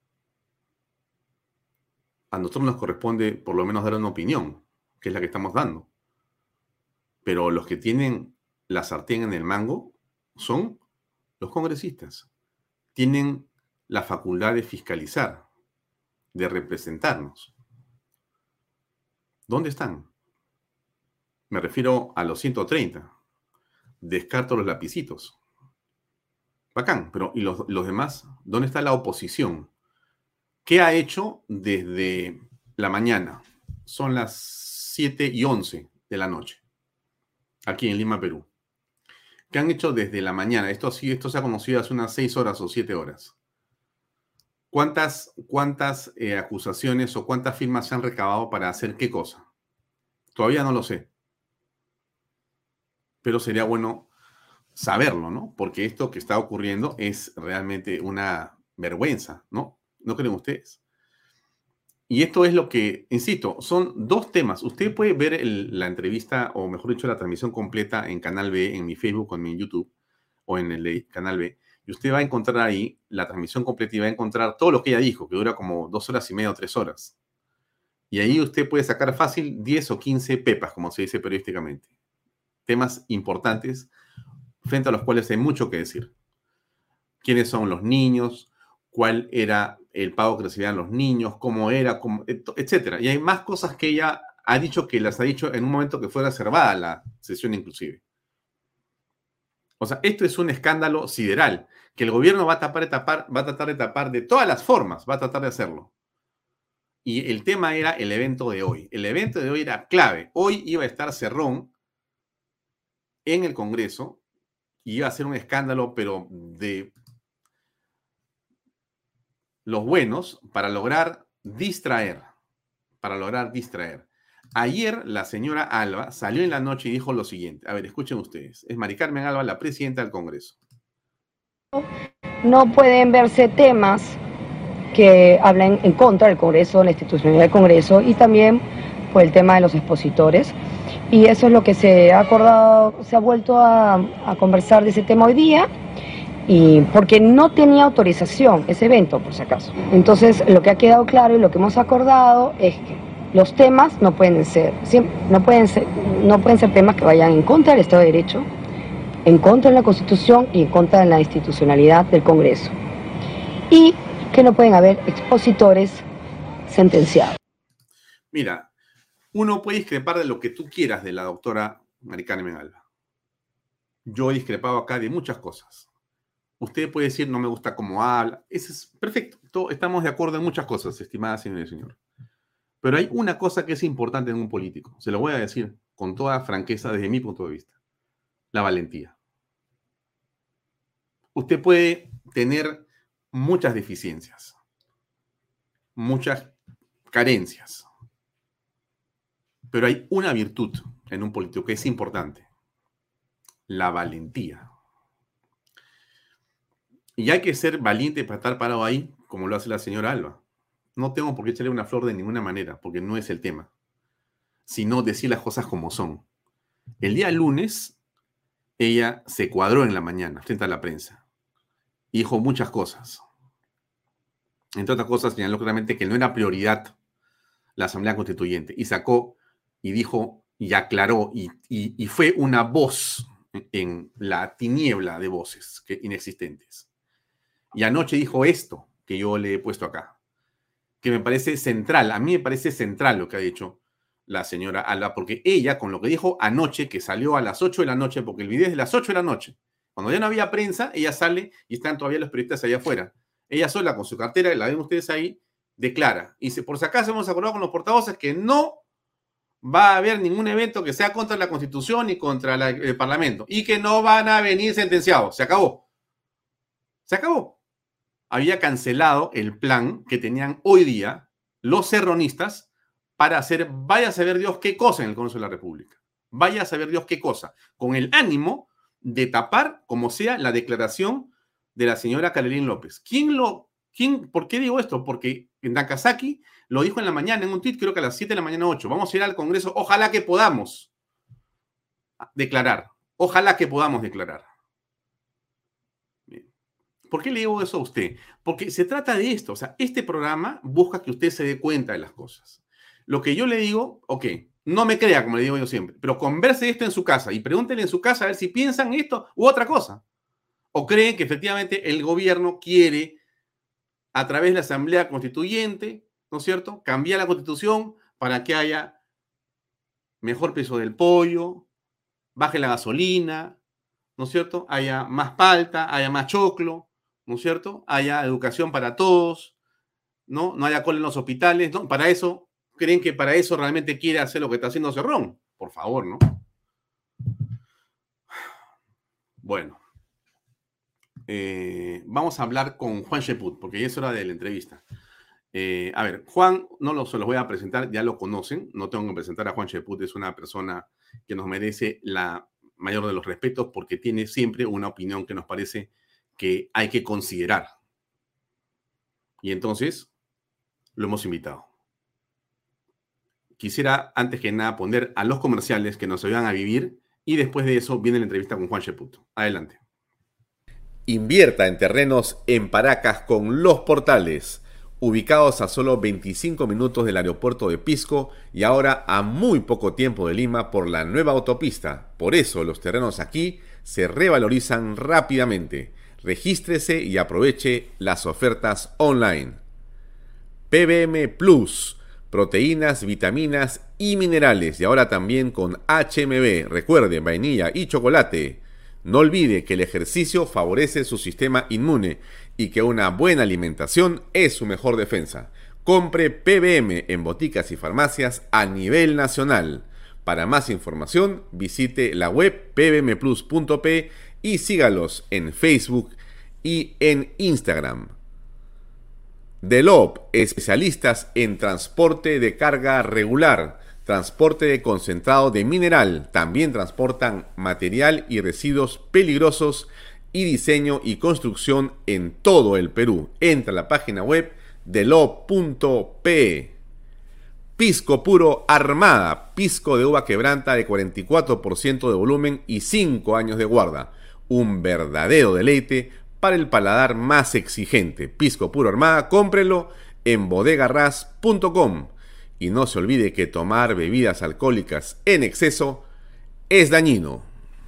A nosotros nos corresponde por lo menos dar una opinión, que es la que estamos dando. Pero los que tienen la sartén en el mango son los congresistas. Tienen la facultad de fiscalizar. de representarnos. ¿Dónde están? Me refiero a los 130. Descarto los lapicitos. Bacán, pero ¿y los demás? ¿Dónde está la oposición? ¿Qué ha hecho desde la mañana? Son las 7:11 de la noche, aquí en Lima, Perú. ¿Qué han hecho desde la mañana? Esto se ha conocido hace unas 6 horas o 7 horas. ¿Cuántas acusaciones o cuántas firmas se han recabado para hacer qué cosa? Todavía no lo sé. Pero sería bueno saberlo, ¿no? Porque esto que está ocurriendo es realmente una vergüenza, ¿no? ¿No creen ustedes? Y esto es lo que, insisto, son dos temas. Usted puede ver la entrevista, o mejor dicho, la transmisión completa en Canal B, en mi Facebook o en mi YouTube, o en el de Canal B, y usted va a encontrar ahí la transmisión completa y va a encontrar todo lo que ella dijo, que dura como 2 horas y media o 3 horas. Y ahí usted puede sacar fácil 10 o 15 pepas, como se dice periodísticamente. Temas importantes frente a los cuales hay mucho que decir. ¿Quiénes son los niños? ¿Cuál era el pago que recibían los niños? ¿Cómo era? Etcétera. Y hay más cosas que ella ha dicho que las ha dicho en un momento que fue reservada la sesión inclusive. O sea, esto es un escándalo sideral que el gobierno va a tratar de tapar de todas las formas, va a tratar de hacerlo. Y el tema era el evento de hoy. El evento de hoy era clave. Hoy iba a estar Cerrón en el Congreso y iba a ser un escándalo, pero de los buenos, para lograr distraer. Ayer la señora Alba salió en la noche y dijo lo siguiente. A ver, escuchen ustedes. Es Mari Carmen Alba, la presidenta del Congreso. No pueden verse temas que hablan en contra del Congreso, la institucionalidad del Congreso, y también por el tema de los expositores. Y eso es lo que se ha acordado, se ha vuelto a conversar de ese tema hoy día, y porque no tenía autorización ese evento, por si acaso. Entonces, lo que ha quedado claro y lo que hemos acordado es que los temas no pueden ser temas que vayan en contra del Estado de Derecho, en contra de la Constitución y en contra de la institucionalidad del Congreso. Y que no pueden haber expositores sentenciados. Mira, uno puede discrepar de lo que tú quieras de la doctora Mari Carmen Alba. Yo he discrepado acá de muchas cosas. Usted puede decir, no me gusta cómo habla. Eso es perfecto. Estamos de acuerdo en muchas cosas, estimada señora y señor. Pero hay una cosa que es importante en un político. Se lo voy a decir con toda franqueza desde mi punto de vista. La valentía. Usted puede tener muchas deficiencias, muchas carencias. Pero hay una virtud en un político que es importante. La valentía. Y hay que ser valiente para estar parado ahí, como lo hace la señora Alba. No tengo por qué echarle una flor de ninguna manera, porque no es el tema. Sino decir las cosas como son. El día lunes, ella se cuadró en la mañana frente a la prensa. Y dijo muchas cosas. Entre otras cosas, señaló claramente que no era prioridad la Asamblea Constituyente. Y sacó y dijo y aclaró y fue una voz en la tiniebla de voces inexistentes. Y anoche dijo esto que yo le he puesto acá, que me parece central. A mí me parece central lo que ha dicho la señora Alba, porque ella, con lo que dijo anoche, que salió a las 8 de la noche, porque el video es de las 8 de la noche, cuando ya no había prensa, ella sale y están todavía los periodistas allá afuera. Ella sola, con su cartera, la ven ustedes ahí, declara. Y por si acaso hemos acordado con los portavoces que no va a haber ningún evento que sea contra la Constitución y contra el Parlamento. Y que no van a venir sentenciados. Se acabó. Se acabó. Había cancelado el plan que tenían hoy día los serronistas para hacer, vaya a saber Dios qué cosa en el Congreso de la República. Vaya a saber Dios qué cosa. Con el ánimo de tapar, como sea, la declaración de la señora Carolina López. ¿Por qué digo esto? Porque Nakazaki lo dijo en la mañana en un tuit, creo que a las 7 de la mañana, 8. Vamos a ir al Congreso. Ojalá que podamos declarar. Ojalá que podamos declarar. Bien. ¿Por qué le digo eso a usted? Porque se trata de esto. O sea, este programa busca que usted se dé cuenta de las cosas. Lo que yo le digo, ok, no me crea, como le digo yo siempre, pero converse esto en su casa y pregúntenle en su casa a ver si piensan esto u otra cosa. O creen que efectivamente el gobierno quiere, a través de la Asamblea Constituyente, ¿no es cierto? Cambiar la Constitución para que haya mejor precio del pollo, baje la gasolina, ¿no es cierto? Haya más palta, haya más choclo, ¿no es cierto? Haya educación para todos, ¿no? No haya cola en los hospitales, ¿no? Para eso, ¿creen que para eso realmente quiere hacer lo que está haciendo Cerrón? Por favor, ¿no? Bueno. Vamos a hablar con Juan Cheput, porque ya es hora de la entrevista. A ver, Juan, se los voy a presentar, ya lo conocen, no tengo que presentar a Juan Cheput, es una persona que nos merece la mayor de los respetos porque tiene siempre una opinión que nos parece que hay que considerar. Y entonces, lo hemos invitado. Quisiera, antes que nada, poner a los comerciales que nos ayudan a vivir y después de eso viene la entrevista con Juan Cheput. Adelante. Invierta en terrenos en Paracas con Los Portales, ubicados a solo 25 minutos del aeropuerto de Pisco y ahora a muy poco tiempo de Lima por la nueva autopista. Por eso los terrenos aquí se revalorizan rápidamente. Regístrese y aproveche las ofertas online. PBM Plus, proteínas, vitaminas y minerales y ahora también con HMB, recuerde, vainilla y chocolate. No olvide que el ejercicio favorece su sistema inmune y que una buena alimentación es su mejor defensa. Compre PBM en boticas y farmacias a nivel nacional. Para más información, visite la web pbmplus.p y sígalos en Facebook y en Instagram. Delop, especialistas en transporte de carga regular, transporte de concentrado de mineral, también transportan material y residuos peligrosos y diseño y construcción en todo el Perú. Entra a la página web delop.pe. Pisco Puro Armada, pisco de uva quebranta de 44% de volumen y 5 años de guarda. Un verdadero deleite para el paladar más exigente. Pisco Puro Armada, cómprelo en bodegarras.com. Y no se olvide que tomar bebidas alcohólicas en exceso es dañino.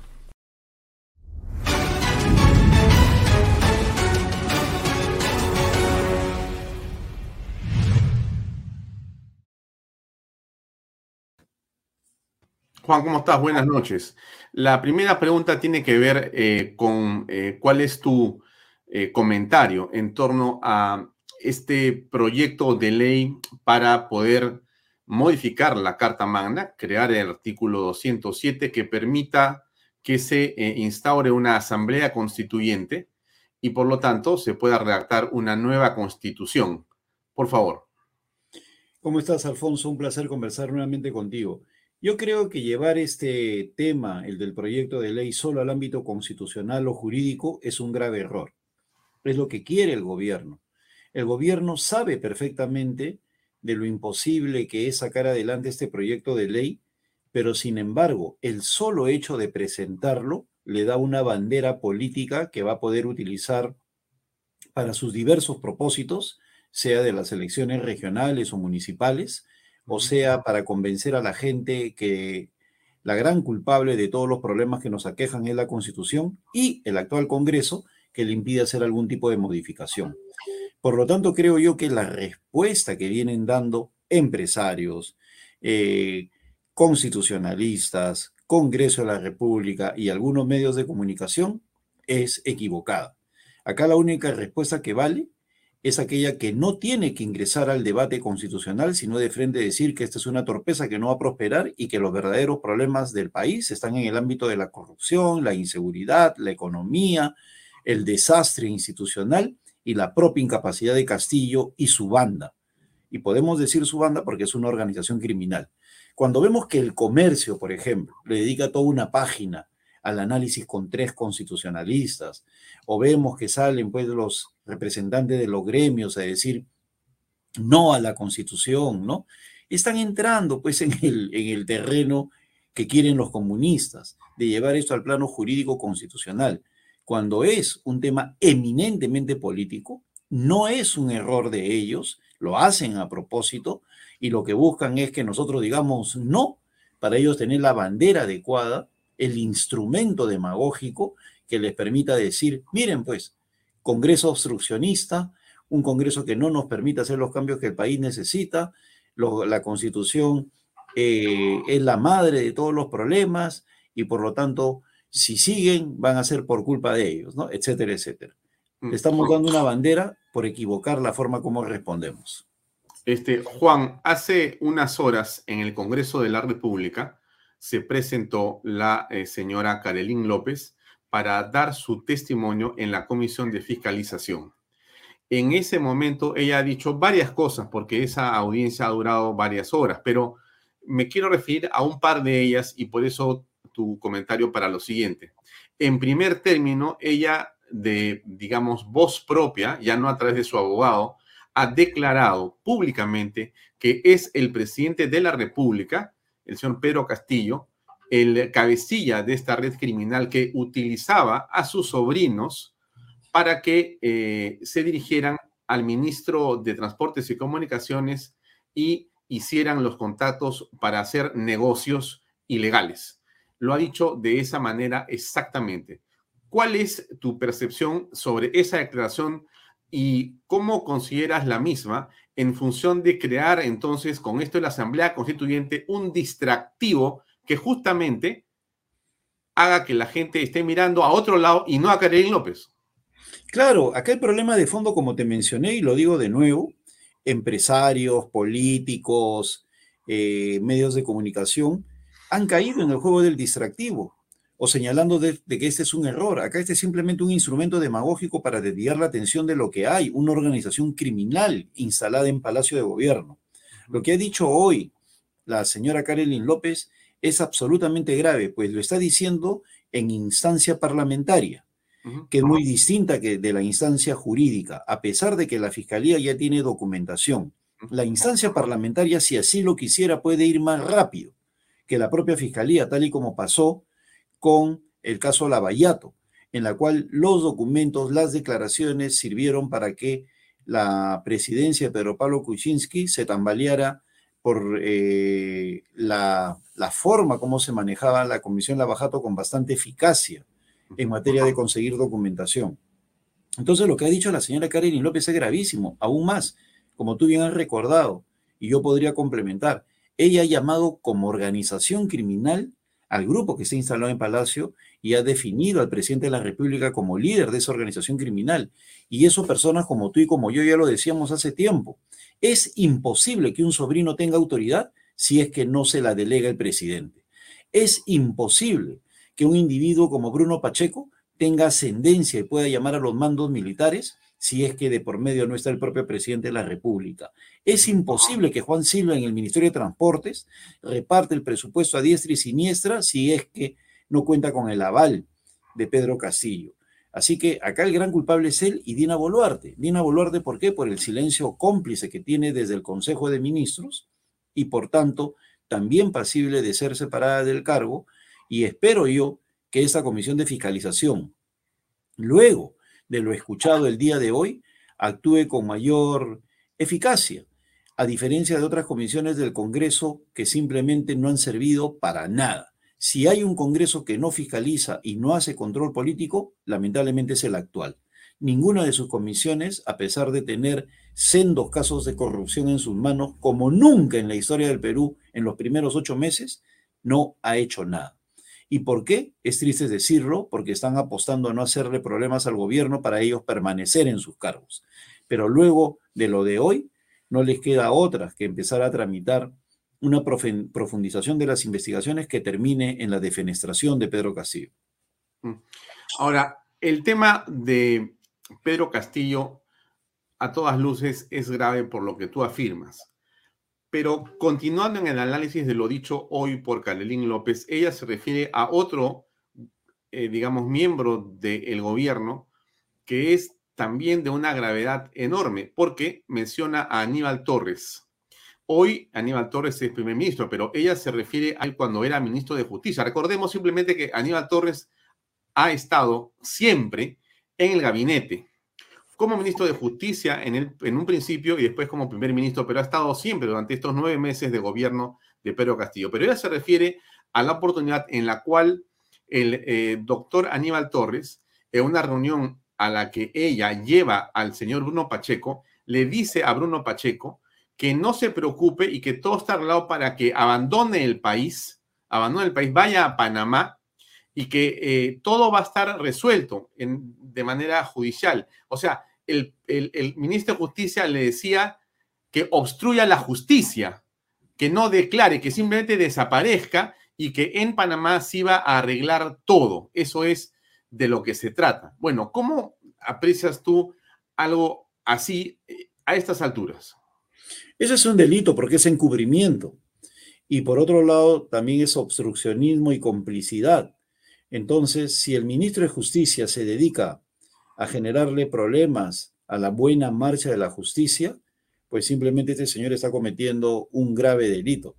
Juan, ¿cómo estás? Buenas noches. La primera pregunta tiene que ver con cuál es tu comentario en torno a este proyecto de ley para poder modificar la Carta Magna, crear el artículo 207 que permita que se instaure una asamblea constituyente y por lo tanto se pueda redactar una nueva constitución. Por favor. ¿Cómo estás, Alfonso? Un placer conversar nuevamente contigo. Yo creo que llevar este tema, el del proyecto de ley, solo al ámbito constitucional o jurídico es un grave error. Es lo que quiere el gobierno. El gobierno sabe perfectamente de lo imposible que es sacar adelante este proyecto de ley, pero sin embargo, el solo hecho de presentarlo le da una bandera política que va a poder utilizar para sus diversos propósitos, sea de las elecciones regionales o municipales, o sea para convencer a la gente que la gran culpable de todos los problemas que nos aquejan es la Constitución y el actual Congreso, que le impide hacer algún tipo de modificación. Por lo tanto, creo yo que la respuesta que vienen dando empresarios, constitucionalistas, Congreso de la República y algunos medios de comunicación es equivocada. Acá la única respuesta que vale es aquella que no tiene que ingresar al debate constitucional, sino de frente decir que esta es una torpeza que no va a prosperar y que los verdaderos problemas del país están en el ámbito de la corrupción, la inseguridad, la economía, el desastre institucional y la propia incapacidad de Castillo y su banda. Y podemos decir su banda porque es una organización criminal. Cuando vemos que el Comercio, por ejemplo, le dedica toda una página al análisis con 3 constitucionalistas, o vemos que salen pues los representantes de los gremios a decir no a la Constitución, ¿no? Están entrando pues en el terreno que quieren los comunistas, de llevar esto al plano jurídico constitucional. Cuando es un tema eminentemente político, no es un error de ellos, lo hacen a propósito y lo que buscan es que nosotros digamos no, para ellos tener la bandera adecuada, el instrumento demagógico que les permita decir, miren pues, Congreso obstruccionista, un Congreso que no nos permite hacer los cambios que el país necesita, la Constitución es la madre de todos los problemas y por lo tanto, si siguen, van a ser por culpa de ellos, ¿no? Etcétera, etcétera. Le estamos dando una bandera por equivocar la forma como respondemos. Juan, hace unas horas en el Congreso de la República se presentó la señora Carolyn López para dar su testimonio en la Comisión de Fiscalización. En ese momento ella ha dicho varias cosas porque esa audiencia ha durado varias horas, pero me quiero referir a un par de ellas y por eso tu comentario para lo siguiente. En primer término, ella de, digamos, voz propia, ya no a través de su abogado, ha declarado públicamente que es el presidente de la República, el señor Pedro Castillo, el cabecilla de esta red criminal que utilizaba a sus sobrinos para que se dirigieran al ministro de Transportes y Comunicaciones y hicieran los contactos para hacer negocios ilegales. Lo ha dicho de esa manera exactamente. ¿Cuál es tu percepción sobre esa declaración y cómo consideras la misma en función de crear entonces con esto de la Asamblea Constituyente un distractivo que justamente haga que la gente esté mirando a otro lado y no a Carolyn López? Claro, acá el problema de fondo, como te mencioné y lo digo de nuevo, empresarios, políticos, medios de comunicación han caído en el juego del distractivo o señalando de que este es un error. Acá este es simplemente un instrumento demagógico para desviar la atención de lo que hay, una organización criminal instalada en Palacio de Gobierno. Lo que ha dicho hoy la señora Carolyn López es absolutamente grave, pues lo está diciendo en instancia parlamentaria, que es muy distinta que de la instancia jurídica, a pesar de que la Fiscalía ya tiene documentación. La instancia parlamentaria, si así lo quisiera, puede ir más rápido que la propia Fiscalía, tal y como pasó con el caso Lavallato, en la cual los documentos, las declaraciones sirvieron para que la presidencia de Pedro Pablo Kuczynski se tambaleara por la forma como se manejaba la Comisión Lavallato con bastante eficacia en materia de conseguir documentación. Entonces, lo que ha dicho la señora Carolyn López es gravísimo, aún más, como tú bien has recordado, y yo podría complementar. Ella ha llamado como organización criminal al grupo que está instalado en Palacio y ha definido al presidente de la República como líder de esa organización criminal. Y eso personas como tú y como yo ya lo decíamos hace tiempo. Es imposible que un sobrino tenga autoridad si es que no se la delega el presidente. Es imposible que un individuo como Bruno Pacheco tenga ascendencia y pueda llamar a los mandos militares si es que de por medio no está el propio presidente de la República. Es imposible que Juan Silva en el Ministerio de Transportes reparte el presupuesto a diestra y siniestra si es que no cuenta con el aval de Pedro Castillo. Así que acá el gran culpable es él y Dina Boluarte. Dina Boluarte, ¿por qué? Por el silencio cómplice que tiene desde el Consejo de Ministros y por tanto también pasible de ser separada del cargo, y espero yo que esta comisión de fiscalización, luego de lo escuchado el día de hoy, actúe con mayor eficacia, a diferencia de otras comisiones del Congreso que simplemente no han servido para nada. Si hay un Congreso que no fiscaliza y no hace control político, lamentablemente es el actual. Ninguna de sus comisiones, a pesar de tener sendos casos de corrupción en sus manos, como nunca en la historia del Perú en los primeros 8 meses, no ha hecho nada. ¿Y por qué? Es triste decirlo, porque están apostando a no hacerle problemas al gobierno para ellos permanecer en sus cargos. Pero luego de lo de hoy, no les queda otra que empezar a tramitar una profundización de las investigaciones que termine en la defenestración de Pedro Castillo. Ahora, el tema de Pedro Castillo, a todas luces, es grave por lo que tú afirmas. Pero continuando en el análisis de lo dicho hoy por Carolyn López, ella se refiere a otro, digamos, miembro del gobierno que es también de una gravedad enorme, porque menciona a Aníbal Torres. Hoy Aníbal Torres es primer ministro, pero ella se refiere a él cuando era ministro de Justicia. Recordemos simplemente que Aníbal Torres ha estado siempre en el gabinete como ministro de Justicia en un principio y después como primer ministro, pero ha estado siempre durante estos 9 meses de gobierno de Pedro Castillo. Pero ella se refiere a la oportunidad en la cual el doctor Aníbal Torres, en una reunión a la que ella lleva al señor Bruno Pacheco, le dice a Bruno Pacheco que no se preocupe y que todo está arreglado para que abandone el país, vaya a Panamá y que todo va a estar resuelto de manera judicial. O sea, el ministro de Justicia le decía que obstruya la justicia, que no declare, que simplemente desaparezca y que en Panamá se iba a arreglar todo. Eso es de lo que se trata. Bueno, ¿cómo aprecias tú algo así a estas alturas? Ese es un delito porque es encubrimiento. Y por otro lado, también es obstruccionismo y complicidad. Entonces, si el ministro de Justicia se dedica a generarle problemas a la buena marcha de la justicia, pues simplemente este señor está cometiendo un grave delito.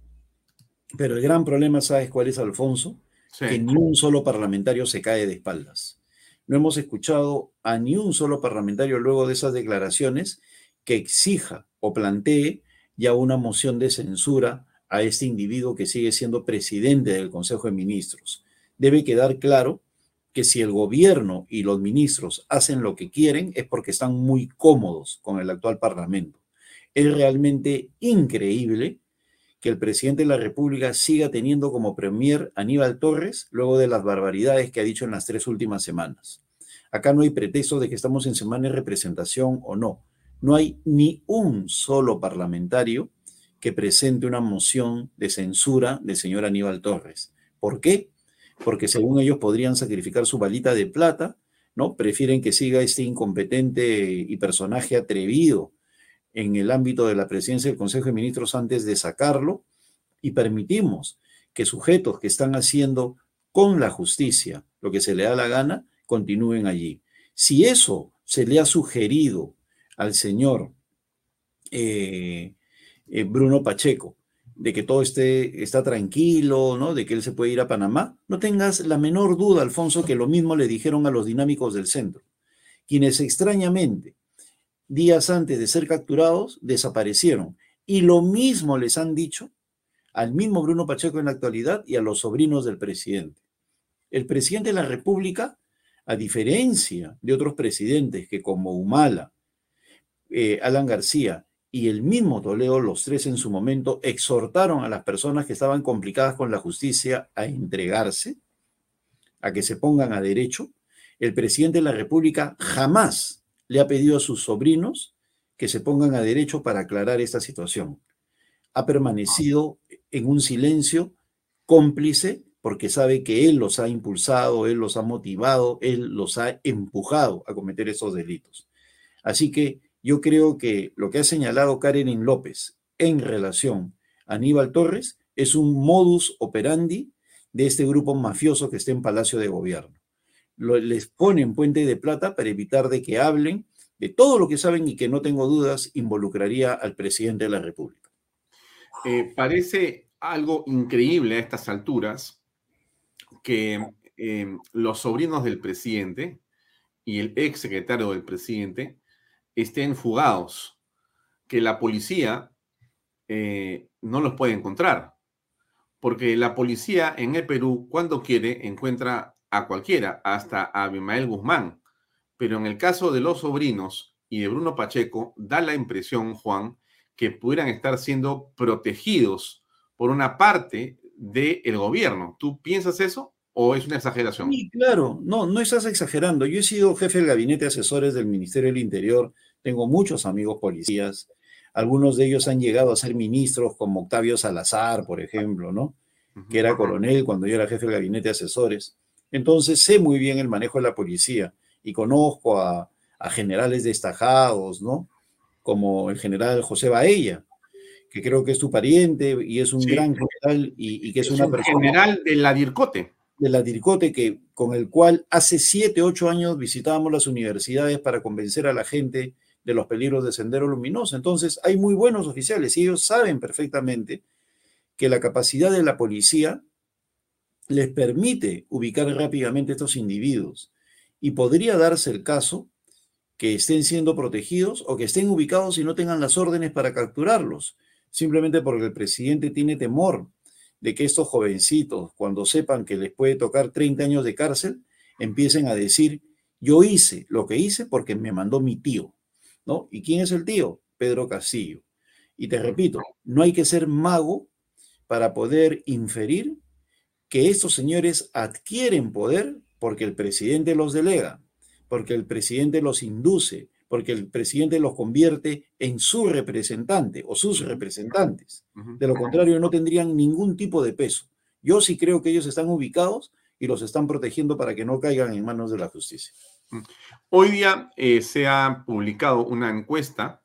Pero el gran problema, ¿sabes cuál es, Alfonso? Sí. Que ni un solo parlamentario se cae de espaldas. No hemos escuchado a ni un solo parlamentario luego de esas declaraciones que exija o plantee ya una moción de censura a este individuo que sigue siendo presidente del Consejo de Ministros. Debe quedar claro que si el gobierno y los ministros hacen lo que quieren es porque están muy cómodos con el actual parlamento. Es realmente increíble que el presidente de la República siga teniendo como premier Aníbal Torres luego de las barbaridades que ha dicho en las 3 últimas semanas. Acá no hay pretexto de que estamos en semana de representación o no. No hay ni un solo parlamentario que presente una moción de censura del señor Aníbal Torres. ¿Por qué? Porque según ellos podrían sacrificar su balita de plata, ¿no? Prefieren que siga este incompetente y personaje atrevido en el ámbito de la presidencia del Consejo de Ministros antes de sacarlo, y permitimos que sujetos que están haciendo con la justicia lo que se le da la gana, continúen allí. Si eso se le ha sugerido al señor Bruno Pacheco, de que todo está tranquilo, ¿no? De que él se puede ir a Panamá, no tengas la menor duda, Alfonso, que lo mismo le dijeron a los dinámicos del centro, quienes extrañamente, días antes de ser capturados, desaparecieron. Y lo mismo les han dicho al mismo Bruno Pacheco en la actualidad y a los sobrinos del presidente. El presidente de la República, a diferencia de otros presidentes que como Humala, Alan García y el mismo Toledo, los tres en su momento, exhortaron a las personas que estaban complicadas con la justicia a entregarse, a que se pongan a derecho. El presidente de la República jamás le ha pedido a sus sobrinos que se pongan a derecho para aclarar esta situación. Ha permanecido en un silencio cómplice porque sabe que él los ha impulsado, él los ha motivado, él los ha empujado a cometer esos delitos. Así que yo creo que lo que ha señalado Karen López en relación a Aníbal Torres es un modus operandi de este grupo mafioso que está en Palacio de Gobierno. Les ponen puente de plata para evitar de que hablen de todo lo que saben y que no tengo dudas involucraría al presidente de la República. Parece algo increíble a estas alturas que los sobrinos del presidente y el ex secretario del presidente estén fugados, que la policía no los puede encontrar, porque la policía en el Perú, cuando quiere, encuentra a cualquiera, hasta a Abimael Guzmán. Pero en el caso de los sobrinos y de Bruno Pacheco, da la impresión, Juan, que pudieran estar siendo protegidos por una parte del gobierno. ¿Tú piensas eso o es una exageración? Sí, claro, no estás exagerando. Yo he sido jefe del gabinete de asesores del Ministerio del Interior, tengo muchos amigos policías, algunos de ellos han llegado a ser ministros, como Octavio Salazar, por ejemplo, ¿no? Que era coronel cuando yo era jefe del gabinete de asesores. Entonces sé muy bien el manejo de la policía y conozco a generales destacados, ¿no? Como el general José Baella, que creo que es tu pariente y es un gran general y que es una persona... general de la DIRCOTE. De la DIRCOTE, con el cual hace 7, 8 años visitábamos las universidades para convencer a la gente de los peligros de Sendero Luminoso. Entonces hay muy buenos oficiales y ellos saben perfectamente que la capacidad de la policía les permite ubicar rápidamente a estos individuos y podría darse el caso que estén siendo protegidos o que estén ubicados y no tengan las órdenes para capturarlos, simplemente porque el presidente tiene temor de que estos jovencitos, cuando sepan que les puede tocar 30 años de cárcel, empiecen a decir Yo hice lo que hice porque me mandó mi tío, ¿no? ¿Y quién es el tío? Pedro Castillo. Y te repito, no hay que ser mago para poder inferir que estos señores adquieren poder porque el presidente los delega, porque el presidente los induce, porque el presidente los convierte en su representante o sus representantes. De lo contrario, no tendrían ningún tipo de peso. Yo sí creo que ellos están ubicados y los están protegiendo para que no caigan en manos de la justicia. Hoy día se ha publicado una encuesta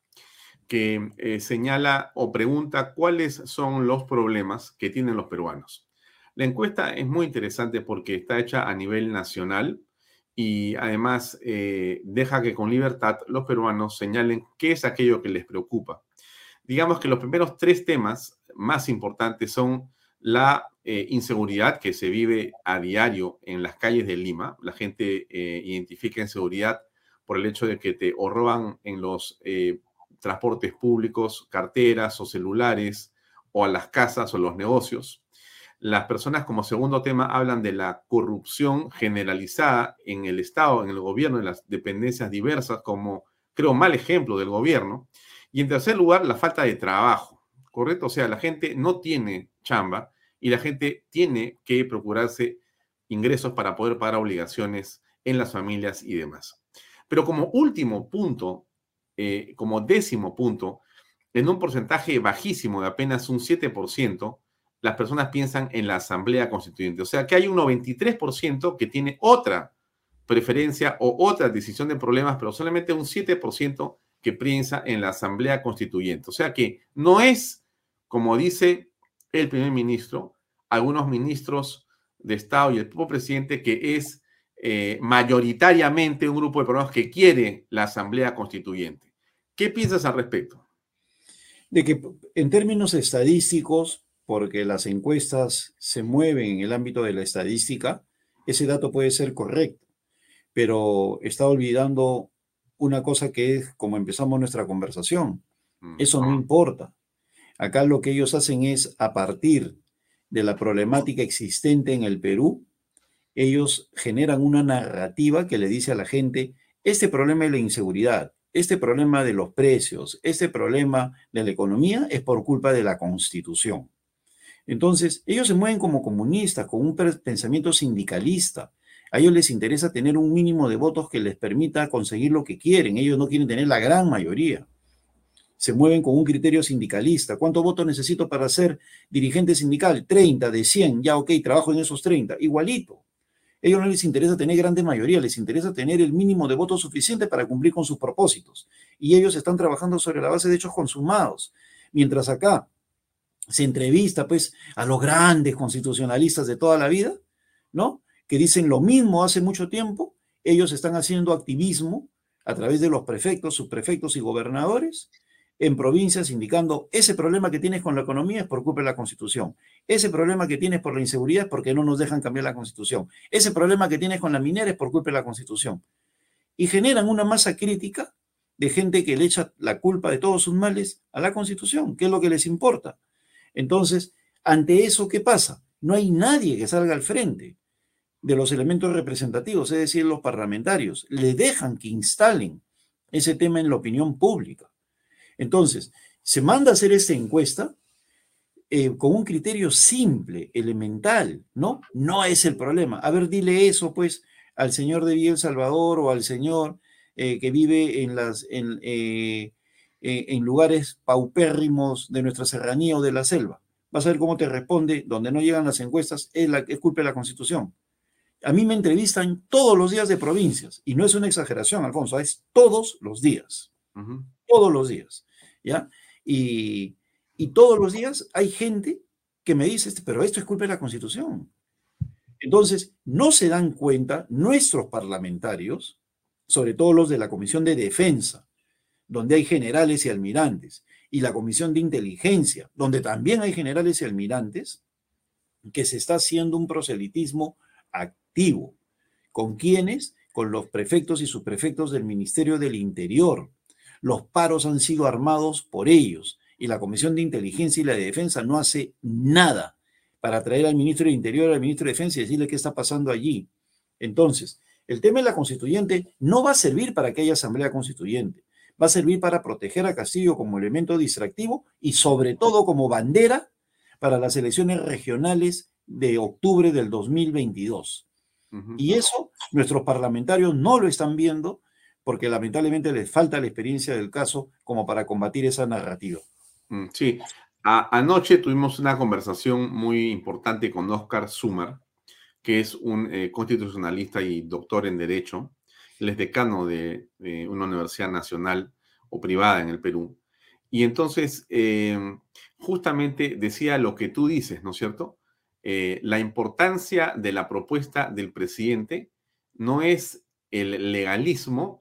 que señala o pregunta cuáles son los problemas que tienen los peruanos. La encuesta es muy interesante porque está hecha a nivel nacional y además deja que con libertad los peruanos señalen qué es aquello que les preocupa. Digamos que los primeros 3 temas más importantes son la inseguridad que se vive a diario en las calles de Lima. La gente identifica inseguridad por el hecho de que te o roban en los transportes públicos, carteras o celulares, o a las casas o los negocios. Las personas como segundo tema hablan de la corrupción generalizada en el Estado, en el gobierno, en las dependencias diversas, como, creo, mal ejemplo del gobierno. Y en tercer lugar, la falta de trabajo, ¿correcto? O sea, la gente no tiene chamba y la gente tiene que procurarse ingresos para poder pagar obligaciones en las familias y demás. Pero como último punto, como 10º punto, en un porcentaje bajísimo de apenas un 7%, las personas piensan en la Asamblea Constituyente. O sea que hay un 93% que tiene otra preferencia o otra decisión de problemas, pero solamente un 7% que piensa en la Asamblea Constituyente. O sea que no es, como dice el primer ministro, algunos ministros de Estado y el propio presidente, que es mayoritariamente un grupo de peruanos que quiere la Asamblea Constituyente. ¿Qué piensas al respecto? De que en términos estadísticos, porque las encuestas se mueven en el ámbito de la estadística, ese dato puede ser correcto, pero está olvidando una cosa que es como empezamos nuestra conversación. Eso no importa. Acá lo que ellos hacen es, a partir de la problemática existente en el Perú, ellos generan una narrativa que le dice a la gente, este problema de la inseguridad, este problema de los precios, este problema de la economía es por culpa de la Constitución. Entonces, ellos se mueven como comunistas, con un pensamiento sindicalista. A ellos les interesa tener un mínimo de votos que les permita conseguir lo que quieren. Ellos no quieren tener la gran mayoría. Se mueven con un criterio sindicalista. ¿Cuántos votos necesito para ser dirigente sindical? 30 de 100. Ya, ok, trabajo en esos 30. Igualito. A ellos no les interesa tener grande mayoría, les interesa tener el mínimo de votos suficiente para cumplir con sus propósitos. Y ellos están trabajando sobre la base de hechos consumados. Mientras acá se entrevista pues a los grandes constitucionalistas de toda la vida, ¿no? Que dicen lo mismo hace mucho tiempo. Ellos están haciendo activismo a través de los prefectos, subprefectos y gobernadores en provincias, indicando ese problema que tienes con la economía es por culpa de la Constitución. Ese problema que tienes por la inseguridad es porque no nos dejan cambiar la Constitución. Ese problema que tienes con la minera es por culpa de la Constitución. Y generan una masa crítica de gente que le echa la culpa de todos sus males a la Constitución, que es lo que les importa. Entonces, ante eso, ¿qué pasa? No hay nadie que salga al frente de los elementos representativos, es decir, los parlamentarios. Le dejan que instalen ese tema en la opinión pública. Entonces, se manda a hacer esta encuesta con un criterio simple, elemental, ¿no? No es el problema. A ver, dile eso, pues, al señor de Villa El Salvador o al señor que vive en lugares paupérrimos de nuestra serranía o de la selva. Vas a ver cómo te responde, donde no llegan las encuestas, es culpa de la Constitución. A mí me entrevistan todos los días de provincias, y no es una exageración, Alfonso, es todos los días. Todos los días, ¿ya? Y todos los días hay gente que me dice, pero esto es culpa de la Constitución. Entonces, no se dan cuenta nuestros parlamentarios, sobre todo los de la Comisión de Defensa, donde hay generales y almirantes, y la Comisión de Inteligencia, donde también hay generales y almirantes, que se está haciendo un proselitismo activo. ¿Con quiénes? Con los prefectos y subprefectos del Ministerio del Interior. Los paros han sido armados por ellos, y la Comisión de Inteligencia y la de Defensa no hace nada para traer al ministro del Interior, al ministro de Defensa y decirle qué está pasando allí. Entonces, El tema de la constituyente no va a servir para que haya asamblea constituyente, va a servir para proteger a Castillo como elemento distractivo y sobre todo como bandera para las elecciones regionales de octubre del 2022. Y eso nuestros parlamentarios no lo están viendo porque lamentablemente les falta la experiencia del caso como para combatir esa narrativa. Sí, anoche tuvimos una conversación muy importante con Oscar Sumar, que es un constitucionalista y doctor en Derecho. Él es decano de una universidad nacional o privada en el Perú. Y entonces, justamente decía lo que tú dices, ¿no es cierto? La importancia de la propuesta del presidente no es el legalismo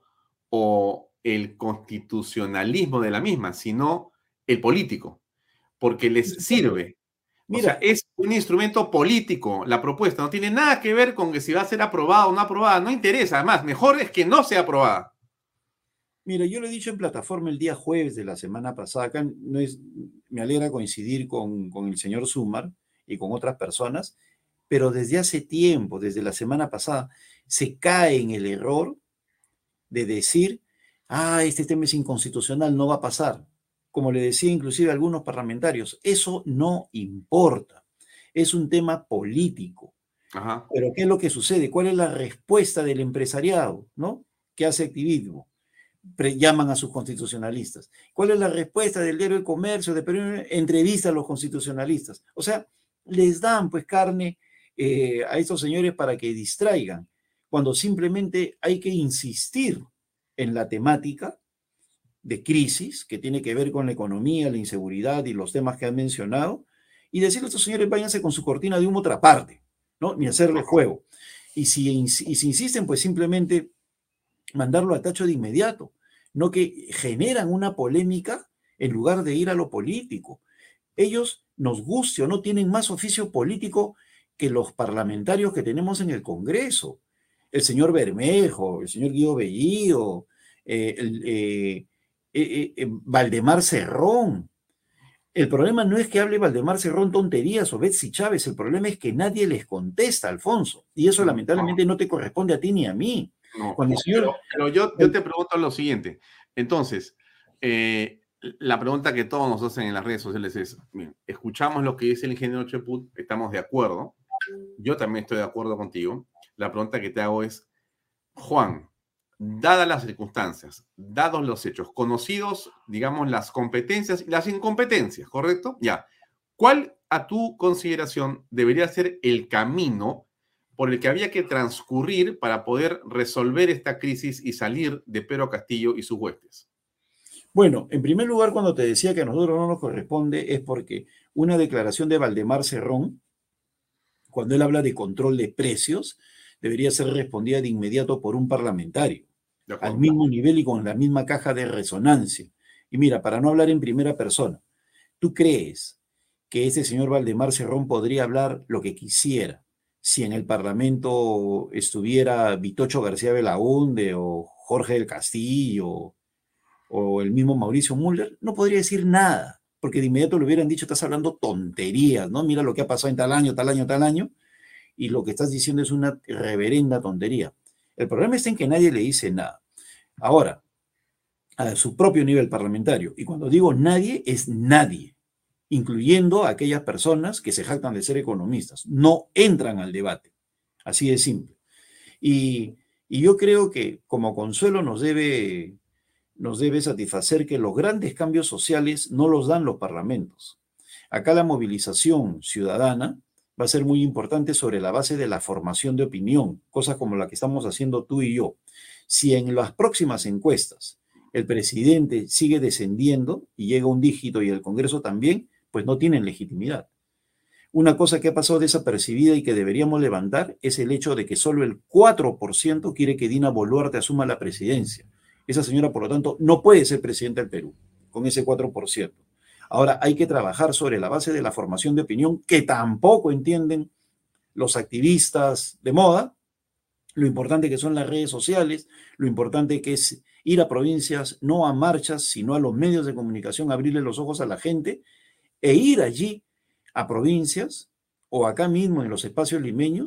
o el constitucionalismo de la misma, sino el político, porque les sirve. Mira, o sea, es un instrumento político la propuesta, no tiene nada que ver con que si va a ser aprobada o no aprobada, no interesa, además, mejor es que no sea aprobada. Mira, yo lo he dicho en plataforma el día jueves de la semana pasada, acá me alegra coincidir con el señor Sumar y con otras personas, pero desde hace tiempo, desde la semana pasada, se cae en el error de decir, este tema es inconstitucional, no va a pasar. Como le decía inclusive a algunos parlamentarios, eso no importa, es un tema político. Ajá. Pero ¿qué es lo que sucede? ¿Cuál es la respuesta del empresariado, ¿no? Que hace activismo. Llaman a sus constitucionalistas. ¿Cuál es la respuesta del diario El Comercio, de Perú? Entrevista a los constitucionalistas. O sea, les dan pues carne a estos señores para que distraigan, cuando simplemente hay que insistir en la temática de crisis que tiene que ver con la economía, la inseguridad y los temas que han mencionado, y decirle a estos señores, váyanse con su cortina de humo a otra parte, ¿no? Ni hacerle juego. Y si insisten, pues simplemente mandarlo a tacho de inmediato, no que generan una polémica en lugar de ir a lo político. Ellos, nos guste o no, tienen más oficio político que los parlamentarios que tenemos en el Congreso. El señor Bermejo, el señor Guido Bellido, Valdemar Cerrón. El problema no es que hable Valdemar Cerrón tonterías o Betsy Chávez, el problema es que nadie les contesta, Alfonso, y eso lamentablemente no te corresponde a ti ni a mí. No, pero yo te pregunto lo siguiente. Entonces, la pregunta que todos nos hacen en las redes sociales es, bien, escuchamos lo que dice el ingeniero Cheput, estamos de acuerdo, yo también estoy de acuerdo contigo. La pregunta que te hago es, Juan, dadas las circunstancias, dados los hechos, conocidos, digamos, las competencias y las incompetencias, ¿correcto? Ya. ¿Cuál, a tu consideración, debería ser el camino por el que había que transcurrir para poder resolver esta crisis y salir de Pedro Castillo y sus huestes? Bueno, en primer lugar, cuando te decía que a nosotros no nos corresponde, es porque una declaración de Valdemar Cerrón, cuando él habla de control de precios, debería ser respondida de inmediato por un parlamentario, al mismo nivel y con la misma caja de resonancia. Y mira, para no hablar en primera persona, ¿tú crees que ese señor Valdemar Cerrón podría hablar lo que quisiera si en el Parlamento estuviera Vitocho García Belaúnde o Jorge del Castillo o el mismo Mauricio Müller? No podría decir nada, porque de inmediato le hubieran dicho, estás hablando tonterías, ¿no? Mira lo que ha pasado en tal año, tal año, tal año, y lo que estás diciendo es una reverenda tontería. El problema está en que nadie le dice nada. Ahora, a su propio nivel parlamentario, y cuando digo nadie, es nadie, incluyendo a aquellas personas que se jactan de ser economistas, no entran al debate, así de simple. Y yo creo que como consuelo nos debe satisfacer que los grandes cambios sociales no los dan los parlamentos. Acá la movilización ciudadana va a ser muy importante sobre la base de la formación de opinión, cosas como la que estamos haciendo tú y yo. Si en las próximas encuestas el presidente sigue descendiendo y llega a un dígito y el Congreso también, pues no tienen legitimidad. Una cosa que ha pasado desapercibida y que deberíamos levantar es el hecho de que solo el 4% quiere que Dina Boluarte asuma la presidencia. Esa señora, por lo tanto, no puede ser presidenta del Perú con ese 4%. Ahora hay que trabajar sobre la base de la formación de opinión que tampoco entienden los activistas de moda, lo importante que son las redes sociales, lo importante que es ir a provincias, no a marchas, sino a los medios de comunicación, abrirle los ojos a la gente e ir allí a provincias o acá mismo en los espacios limeños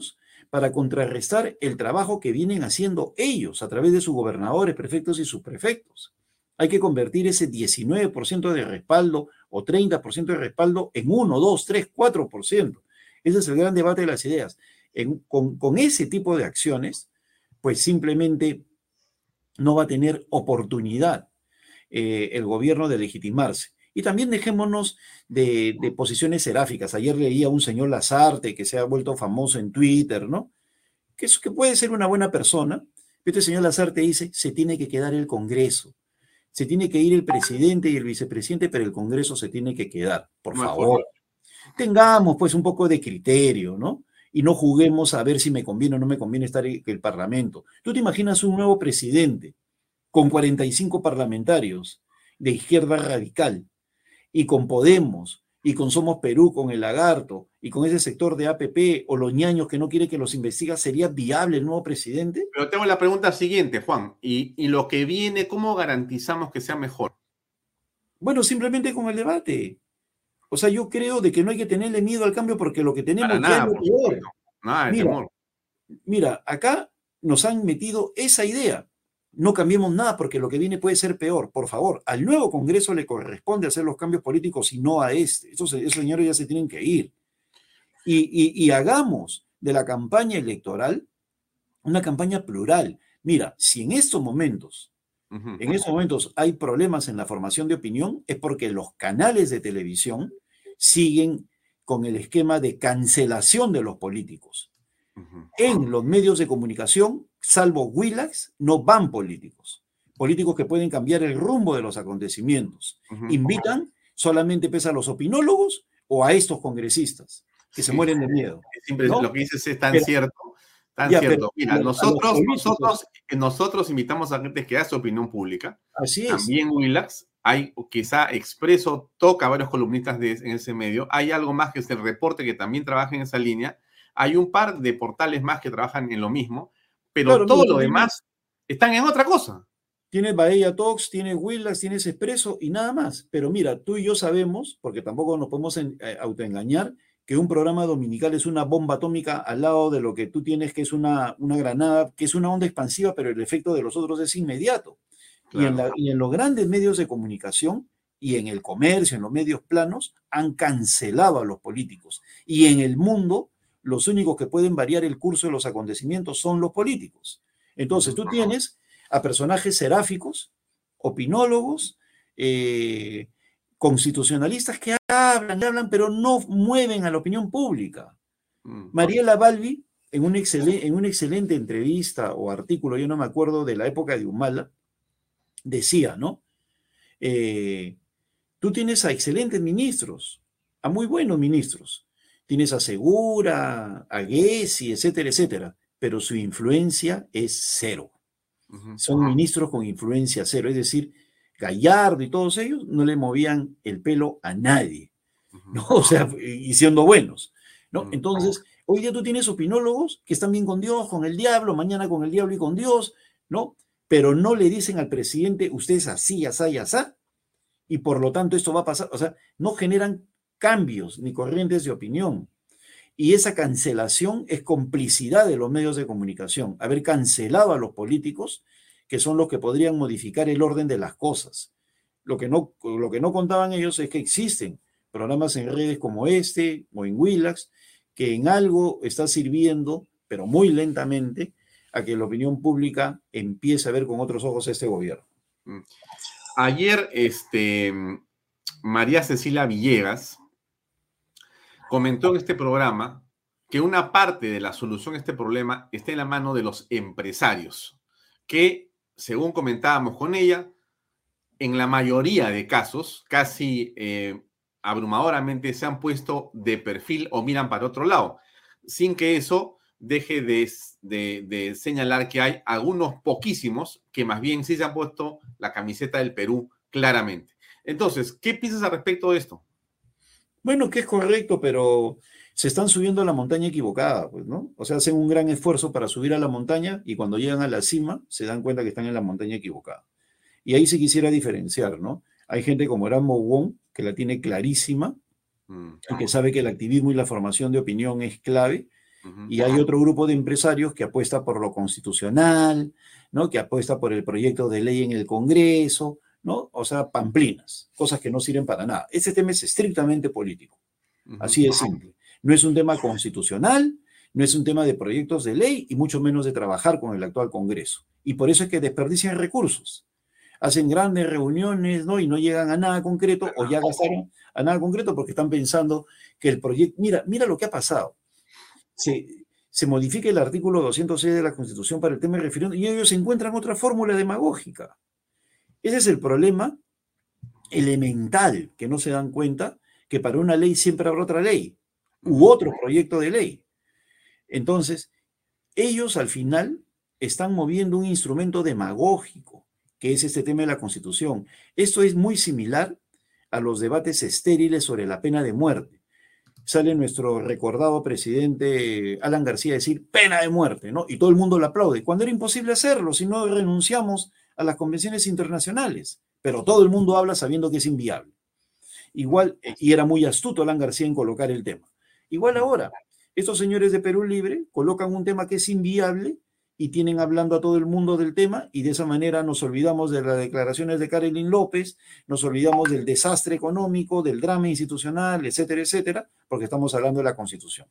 para contrarrestar el trabajo que vienen haciendo ellos a través de sus gobernadores, prefectos y subprefectos. Hay que convertir ese 19% de respaldo o 30% de respaldo en 1, 2, 3, 4%. Ese es el gran debate de las ideas. Con ese tipo de acciones, pues simplemente no va a tener oportunidad el gobierno de legitimarse. Y también dejémonos de posiciones seráficas. Ayer leía a un señor Lazarte que se ha vuelto famoso en Twitter, ¿no? Que puede ser una buena persona. Este señor Lazarte dice, se tiene que quedar el Congreso. Se tiene que ir el presidente y el vicepresidente, pero el Congreso se tiene que quedar. Por favor, tengamos pues un poco de criterio, ¿no? Y no juguemos a ver si me conviene o no me conviene estar en el Parlamento. ¿Tú te imaginas un nuevo presidente con 45 parlamentarios de izquierda radical y con Podemos y con Somos Perú, con el Lagarto y con ese sector de APP o los ñaños que no quiere que los investiga? ¿Sería viable el nuevo presidente? Pero tengo la pregunta siguiente, Juan. ¿Y lo que viene, cómo garantizamos que sea mejor? Bueno, simplemente con el debate. O sea, yo creo de que no hay que tenerle miedo al cambio porque lo que tenemos Para nada, ya es lo peor. Nada de temor. Mira, acá nos han metido esa idea. No cambiemos nada porque lo que viene puede ser peor. Por favor, al nuevo Congreso le corresponde hacer los cambios políticos y no a este. Esos señores ya se tienen que ir. Y hagamos de la campaña electoral una campaña plural. Mira, si en estos momentos hay problemas en la formación de opinión, es porque los canales de televisión siguen con el esquema de cancelación de los políticos. En los medios de comunicación, salvo Willax, no van políticos. Políticos que pueden cambiar el rumbo de los acontecimientos. Invitan solamente a los opinólogos o a estos congresistas que se mueren de miedo. Siempre ¿no? Lo que dices es tan cierto. Tan cierto. Mira, nosotros invitamos a gente que hace opinión pública. Así es. También Willax, hay quizá Expreso, toca a varios columnistas en ese medio. Hay algo más que es el Reporte, que también trabaja en esa línea. Hay un par de portales más que trabajan en lo mismo, pero claro, todo lo demás están en otra cosa. Tienes Bahía Talks, tienes Willax, tienes Expreso y nada más. Pero mira, tú y yo sabemos, porque tampoco nos podemos autoengañar, que un programa dominical es una bomba atómica al lado de lo que tú tienes, que es una granada, que es una onda expansiva, pero el efecto de los otros es inmediato. Claro. Y en los grandes medios de comunicación y en el comercio, en los medios planos, han cancelado a los políticos. Y en el mundo, los únicos que pueden variar el curso de los acontecimientos son los políticos. Entonces, tú tienes a personajes seráficos, opinólogos, constitucionalistas que hablan, pero no mueven a la opinión pública. Mariela Balbi, en una excelente entrevista o artículo, yo no me acuerdo, de la época de Humala, decía, ¿no? Tú tienes a excelentes ministros, a muy buenos ministros. Tienes a Segura, a Gessi, etcétera, etcétera, pero su influencia es cero. Son ministros con influencia cero, es decir, Gallardo y todos ellos no le movían el pelo a nadie, ¿no? O sea, y siendo buenos, ¿no? Entonces, hoy día tú tienes opinólogos que están bien con Dios, con el diablo, mañana con el diablo y con Dios, ¿no? Pero no le dicen al presidente, usted es así, así, así, y por lo tanto esto va a pasar, o sea, no generan cambios ni corrientes de opinión. Y esa cancelación es complicidad de los medios de comunicación, haber cancelado a los políticos, que son los que podrían modificar el orden de las cosas. Lo que no contaban ellos es que existen programas en redes como este o en Willax, que en algo está sirviendo, pero muy lentamente, a que la opinión pública empiece a ver con otros ojos a este gobierno. Ayer, María Cecilia Villegas comentó en este programa que una parte de la solución a este problema está en la mano de los empresarios, que, según comentábamos con ella, en la mayoría de casos, casi abrumadoramente, se han puesto de perfil o miran para otro lado, sin que eso deje de señalar que hay algunos poquísimos que más bien sí se han puesto la camiseta del Perú claramente. Entonces, ¿qué piensas al respecto de esto? Bueno, que es correcto, pero se están subiendo a la montaña equivocada, pues, ¿no? O sea, hacen un gran esfuerzo para subir a la montaña y cuando llegan a la cima se dan cuenta que están en la montaña equivocada. Y ahí sí quisiera diferenciar, ¿no? Hay gente como Erasmo Wong, que la tiene clarísima y que sabe que el activismo y la formación de opinión es clave, Y hay otro grupo de empresarios que apuesta por lo constitucional, ¿no? Que apuesta por el proyecto de ley en el Congreso, ¿no? O sea, pamplinas, cosas que no sirven para nada. Este tema es estrictamente político, así de simple. No es un tema constitucional, no es un tema de proyectos de ley y mucho menos de trabajar con el actual Congreso. Y por eso es que desperdician recursos. Hacen grandes reuniones, ¿no? Y no llegan a nada concreto, o ya gastaron a nada concreto porque están pensando que el proyecto... Mira lo que ha pasado. Se modifica el artículo 206 de la Constitución para el tema de referéndum y ellos encuentran otra fórmula demagógica. Ese es el problema elemental, que no se dan cuenta que para una ley siempre habrá otra ley u otro proyecto de ley. Entonces, ellos al final están moviendo un instrumento demagógico, que es este tema de la Constitución. Esto es muy similar a los debates estériles sobre la pena de muerte. Sale nuestro recordado presidente Alan García a decir pena de muerte, ¿no? Y todo el mundo lo aplaude, cuando era imposible hacerlo, si no renunciamos a las convenciones internacionales. Pero todo el mundo habla sabiendo que es inviable. Igual, y era muy astuto Alan García en colocar el tema. Igual ahora, estos señores de Perú Libre colocan un tema que es inviable y tienen hablando a todo el mundo del tema, y de esa manera nos olvidamos de las declaraciones de Karelyn López, nos olvidamos del desastre económico, del drama institucional, etcétera, etcétera, porque estamos hablando de la Constitución.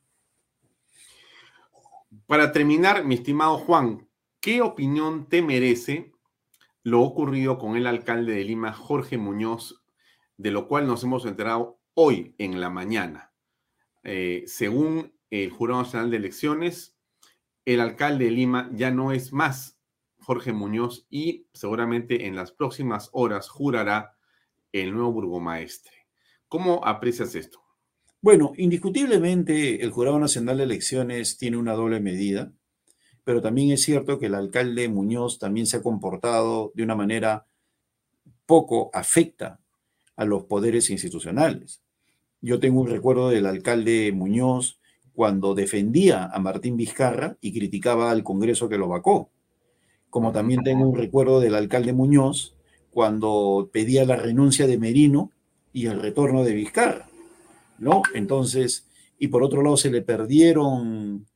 Para terminar, mi estimado Juan, ¿qué opinión te merece lo ocurrido con el alcalde de Lima, Jorge Muñoz, de lo cual nos hemos enterado hoy en la mañana? Según el Jurado Nacional de Elecciones, el alcalde de Lima ya no es más Jorge Muñoz y seguramente en las próximas horas jurará el nuevo burgomaestre. ¿Cómo aprecias esto? Bueno, indiscutiblemente el Jurado Nacional de Elecciones tiene una doble medida, pero también es cierto que el alcalde Muñoz también se ha comportado de una manera poco afecta a los poderes institucionales. Yo tengo un recuerdo del alcalde Muñoz cuando defendía a Martín Vizcarra y criticaba al Congreso que lo vacó. Como también tengo un recuerdo del alcalde Muñoz cuando pedía la renuncia de Merino y el retorno de Vizcarra, ¿no? Entonces, y por otro lado se le perdieron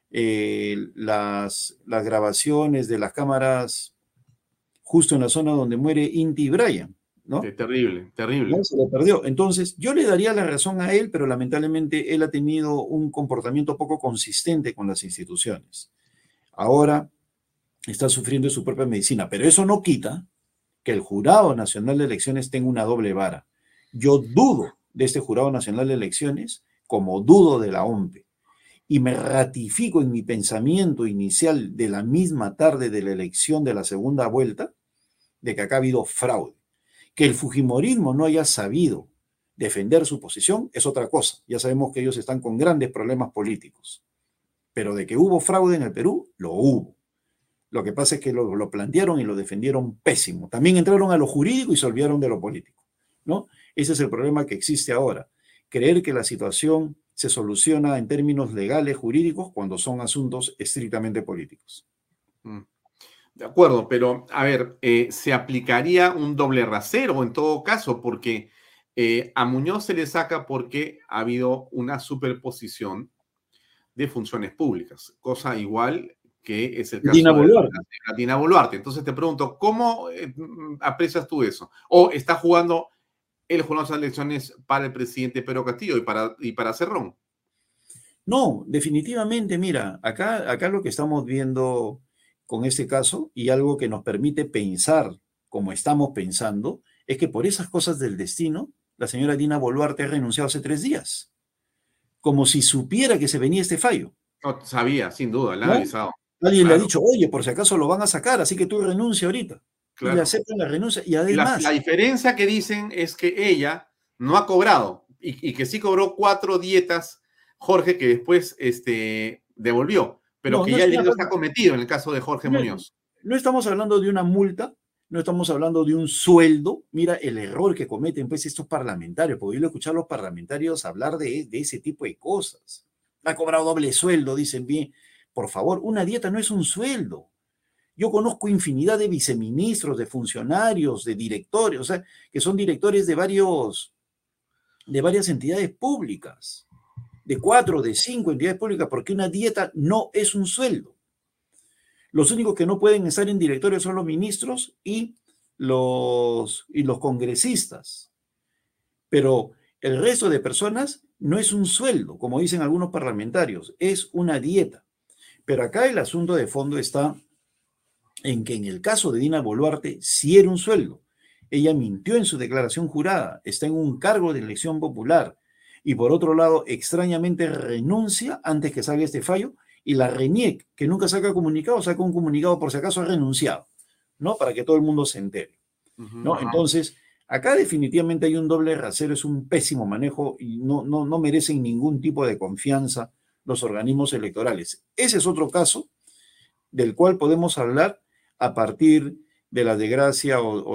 las grabaciones de las cámaras justo en la zona donde muere Inti Bryan, ¿no? Terrible, terrible. ¿No? Se le perdió. Entonces, yo le daría la razón a él, pero lamentablemente él ha tenido un comportamiento poco consistente con las instituciones. Ahora está sufriendo su propia medicina, pero eso no quita que el Jurado Nacional de Elecciones tenga una doble vara. Yo dudo de este Jurado Nacional de Elecciones como dudo de la OMPE. Y me ratifico en mi pensamiento inicial de la misma tarde de la elección de la segunda vuelta, de que acá ha habido fraude. Que el fujimorismo no haya sabido defender su posición es otra cosa. Ya sabemos que ellos están con grandes problemas políticos. Pero de que hubo fraude en el Perú, lo hubo. Lo que pasa es que lo plantearon y lo defendieron pésimo. También entraron a lo jurídico y se olvidaron de lo político, ¿no? Ese es el problema que existe ahora. Creer que la situación se soluciona en términos legales, jurídicos, cuando son asuntos estrictamente políticos. De acuerdo, pero a ver, ¿se aplicaría un doble rasero en todo caso? Porque a Muñoz se le saca porque ha habido una superposición de funciones públicas, cosa igual que es el caso de Dina Boluarte. Entonces te pregunto, ¿cómo aprecias tú eso? ¿O está jugando el Jurado Nacional de Elecciones para el presidente Pedro Castillo y para Cerrón? No, definitivamente, mira, acá lo que estamos viendo con este caso y algo que nos permite pensar como estamos pensando es que por esas cosas del destino, la señora Dina Boluarte ha renunciado hace 3 días, como si supiera que se venía este fallo. No, sabía, sin duda, le han avisado. Alguien le ha dicho, oye, por si acaso lo van a sacar, así que tú renuncia ahorita. Claro. Y le aceptan la renuncia y además... La diferencia que dicen es que ella no ha cobrado y que sí cobró 4 dietas, Jorge, que después devolvió, pero no, que ya el delito está cometido en el caso de Jorge Muñoz. No estamos hablando de una multa, no estamos hablando de un sueldo. Mira el error que cometen pues estos parlamentarios, porque yo he escuchado a los parlamentarios hablar de ese tipo de cosas. Ha cobrado doble sueldo, dicen bien. Por favor, una dieta no es un sueldo. Yo conozco infinidad de viceministros, de funcionarios, de directores, o sea, que son directores de varias entidades públicas. de 4, de 5 entidades públicas, porque una dieta no es un sueldo. Los únicos que no pueden estar en directorio son los ministros y los congresistas. Pero el resto de personas no es un sueldo, como dicen algunos parlamentarios, es una dieta. Pero acá el asunto de fondo está en que en el caso de Dina Boluarte sí era un sueldo. Ella mintió en su declaración jurada, está en un cargo de elección popular y por otro lado, extrañamente renuncia antes que salga este fallo y la RENIEC, que nunca saca comunicado, saca un comunicado por si acaso ha renunciado, ¿no? Para que todo el mundo se entere, ¿no? Entonces, acá definitivamente hay un doble rasero, es un pésimo manejo y no merecen ningún tipo de confianza los organismos electorales. Ese es otro caso del cual podemos hablar a partir de la desgracia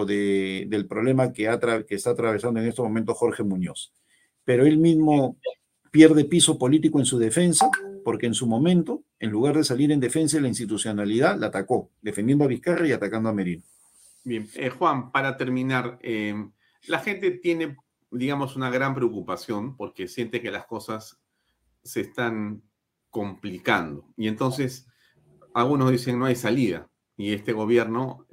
del problema que está atravesando en estos momentos Jorge Muñoz. Pero él mismo pierde piso político en su defensa, porque en su momento, en lugar de salir en defensa de la institucionalidad, la atacó, defendiendo a Vizcarra y atacando a Merino. Bien, Juan, para terminar, la gente tiene, digamos, una gran preocupación porque siente que las cosas se están complicando. Y entonces, algunos dicen no hay salida. Y este gobierno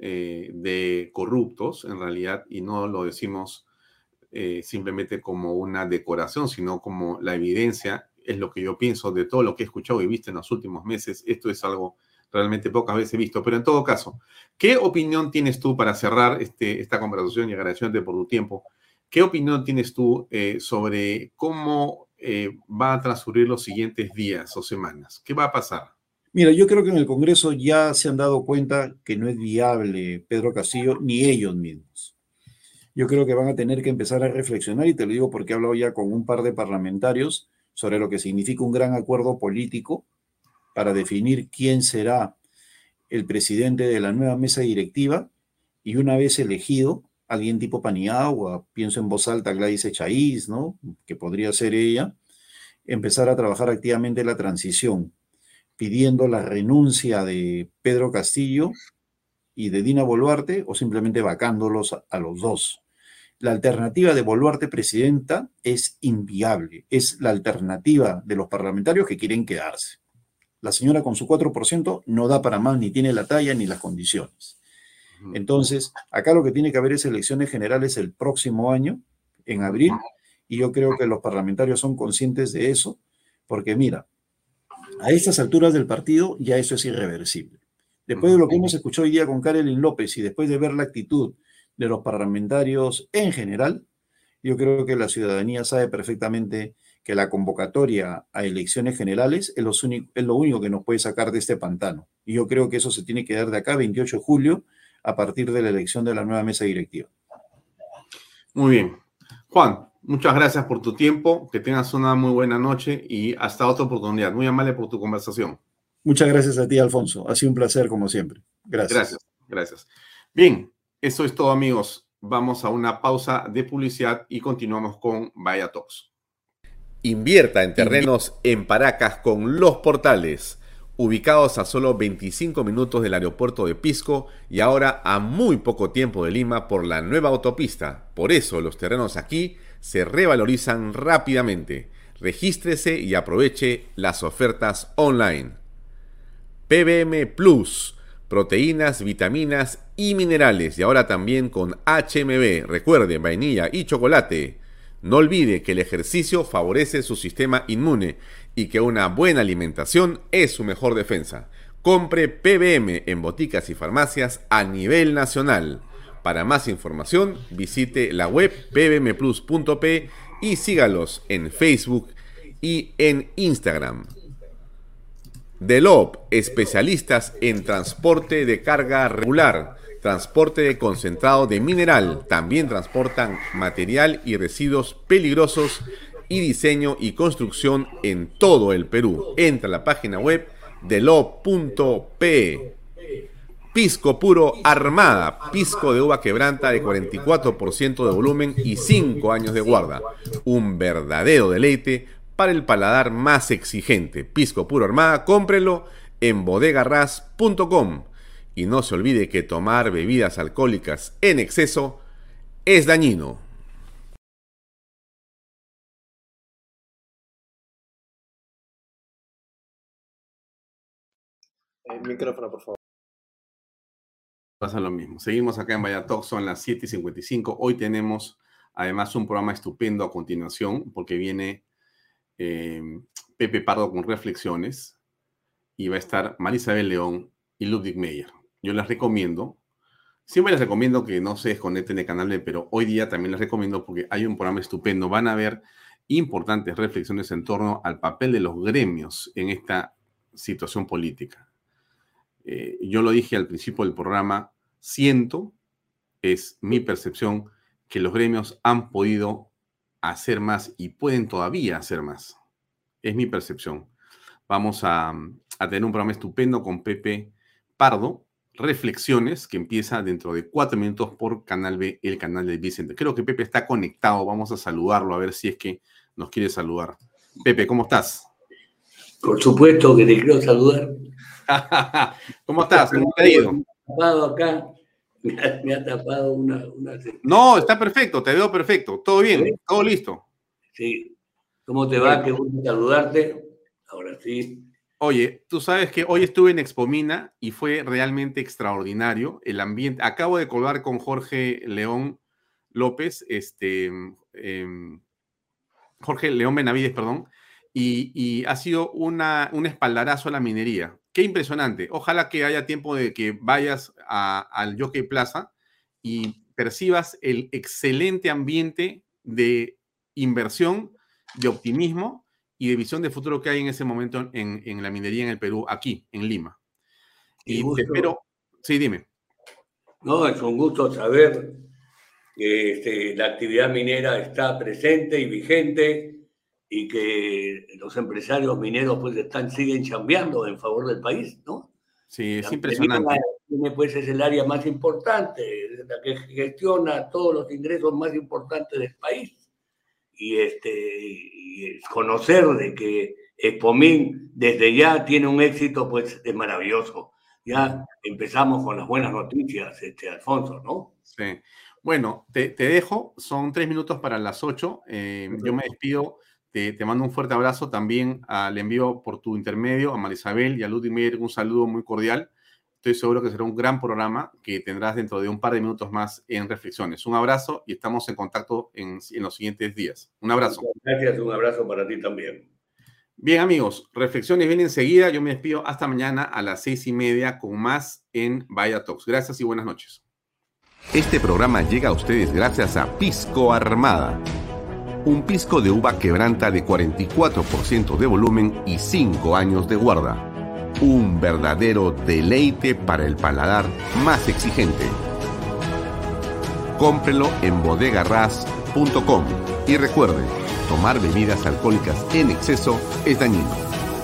de corruptos, en realidad, y no lo decimos simplemente como una decoración, sino como la evidencia, es lo que yo pienso de todo lo que he escuchado y visto en los últimos meses. Esto es algo realmente pocas veces visto. Pero en todo caso, ¿qué opinión tienes tú para cerrar esta conversación y agradeciéndote por tu tiempo? ¿Qué opinión tienes tú sobre cómo va a transcurrir los siguientes días o semanas? ¿Qué va a pasar? Mira, yo creo que en el Congreso ya se han dado cuenta que no es viable Pedro Castillo ni ellos mismos. Yo creo que van a tener que empezar a reflexionar, y te lo digo porque he hablado ya con un par de parlamentarios sobre lo que significa un gran acuerdo político para definir quién será el presidente de la nueva mesa directiva, y una vez elegido, alguien tipo Paniagua, pienso en voz alta Gladys Echaíz, ¿no? Que podría ser ella, empezar a trabajar activamente la transición, pidiendo la renuncia de Pedro Castillo y de Dina Boluarte, o simplemente vacándolos a los dos. La alternativa de Boluarte presidenta es inviable, es la alternativa de los parlamentarios que quieren quedarse. La señora con su 4% no da para más, ni tiene la talla ni las condiciones. Entonces, acá lo que tiene que haber es elecciones generales el próximo año, en abril, y yo creo que los parlamentarios son conscientes de eso, porque mira, a estas alturas del partido ya eso es irreversible. Después de lo que hemos escuchado hoy día con Karelyn López y después de ver la actitud de los parlamentarios en general, yo creo que la ciudadanía sabe perfectamente que la convocatoria a elecciones generales es lo único que nos puede sacar de este pantano. Y yo creo que eso se tiene que dar de acá, 28 de julio, a partir de la elección de la nueva mesa directiva. Muy bien. Juan, muchas gracias por tu tiempo, que tengas una muy buena noche y hasta otra oportunidad. Muy amable por tu conversación. Muchas gracias a ti, Alfonso. Ha sido un placer, como siempre. Gracias. Gracias. Bien, eso es todo, amigos. Vamos a una pausa de publicidad y continuamos con Vaya Talks. Invierta en terrenos en Paracas con Los Portales, ubicados a solo 25 minutos del aeropuerto de Pisco y ahora a muy poco tiempo de Lima por la nueva autopista. Por eso los terrenos aquí se revalorizan rápidamente. Regístrese y aproveche las ofertas online. PBM Plus, proteínas, vitaminas y minerales, y ahora también con HMB, recuerde, vainilla y chocolate. No olvide que el ejercicio favorece su sistema inmune y que una buena alimentación es su mejor defensa. Compre PBM en boticas y farmacias a nivel nacional. Para más información, visite la web pbmplus.p y sígalos en Facebook y en Instagram. Delop, especialistas en transporte de carga regular, transporte de concentrado de mineral, también transportan material y residuos peligrosos y diseño y construcción en todo el Perú. Entra a la página web delop.pe. Pisco Puro Armada, pisco de uva quebranta de 44% de volumen y 5 años de guarda. Un verdadero deleite para el paladar más exigente. Pisco Puro Armada, cómprelo en bodegarras.com. Y no se olvide que tomar bebidas alcohólicas en exceso es dañino. El micrófono, por favor. Pasa lo mismo. Seguimos acá en Vaya Talk, son las 7:55. Hoy tenemos además un programa estupendo a continuación, porque viene Pepe Pardo con reflexiones y va a estar Marisabel León y Ludwig Meyer. Yo les recomiendo, siempre les recomiendo que no se desconecten del canal, pero hoy día también les recomiendo porque hay un programa estupendo. Van a ver importantes reflexiones en torno al papel de los gremios en esta situación política. Yo lo dije al principio del programa, siento, es mi percepción, que los gremios han podido hacer más y pueden todavía hacer más. Es mi percepción. Vamos a tener un programa estupendo con Pepe Pardo, Reflexiones, que empieza dentro de 4 minutos por Canal B, el canal de Vicente. Creo que Pepe está conectado. Vamos a saludarlo, a ver si es que nos quiere saludar. Pepe, ¿cómo estás? Por supuesto que te quiero saludar. ¿Cómo estás? ¿Cómo te ha ido? Acá. Me ha tapado una... No, está perfecto, te veo perfecto. Todo bien, ¿sí? Todo listo. Sí. ¿Cómo te va? Qué gusto saludarte. Ahora sí. Oye, tú sabes que hoy estuve en Expomina y fue realmente extraordinario el ambiente. Acabo de colgar con Jorge León López, Jorge León Benavides, perdón, y ha sido un espaldarazo a la minería. Qué impresionante. Ojalá que haya tiempo de que vayas al Jockey Plaza y percibas el excelente ambiente de inversión, de optimismo y de visión de futuro que hay en ese momento en la minería en el Perú, aquí, en Lima. Y te espero... Sí, dime. No, es un gusto saber que la actividad minera está presente y vigente y que los empresarios mineros pues siguen chambeando en favor del país, ¿no? Sí, es impresionante. Pues es el área más importante, la que gestiona todos los ingresos más importantes del país. Y conocer de que Expomín desde ya tiene un éxito, pues es maravilloso. Ya empezamos con las buenas noticias, Alfonso, ¿no? Sí. Bueno, te dejo, son 3 minutos para las 8. Yo me despido, te mando un fuerte abrazo. También le envío por tu intermedio a Marisabel y a Ludwig Meyer un saludo muy cordial. Estoy seguro que será un gran programa que tendrás dentro de un par de minutos más en Reflexiones. Un abrazo y estamos en contacto en los siguientes días. Un abrazo. Gracias, un abrazo para ti también. Bien, amigos, Reflexiones viene enseguida. Yo me despido hasta mañana a las 6:30 con más en Vaya Talks. Gracias y buenas noches. Este programa llega a ustedes gracias a Pisco Armada. Un pisco de uva quebranta de 44% de volumen y 5 años de guarda. Un verdadero deleite para el paladar más exigente. Cómprelo en bodegarras.com y recuerde, tomar bebidas alcohólicas en exceso es dañino.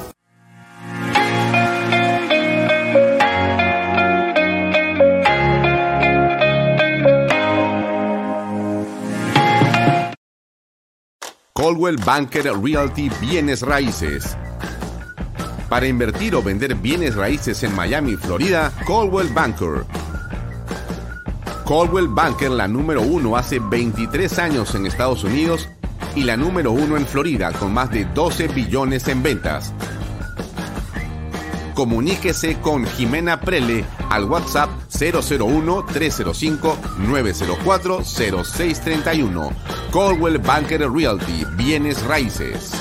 Coldwell Banker Realty Bienes Raíces. Para invertir o vender bienes raíces en Miami, Florida, Coldwell Banker. Coldwell Banker, la número 1 hace 23 años en Estados Unidos y la número 1 en Florida con más de 12 billones en ventas. Comuníquese con Jimena Prele al WhatsApp 001-305-904-0631. Coldwell Banker Realty, Bienes Raíces.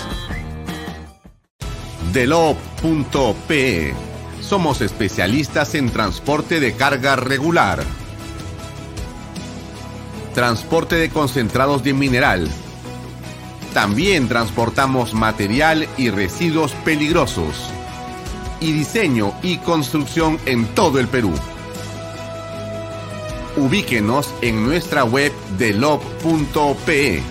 Delop.pe. Somos especialistas en transporte de carga regular, transporte de concentrados de mineral. También transportamos material y residuos peligrosos. Y diseño y construcción en todo el Perú. Ubíquenos en nuestra web delop.pe.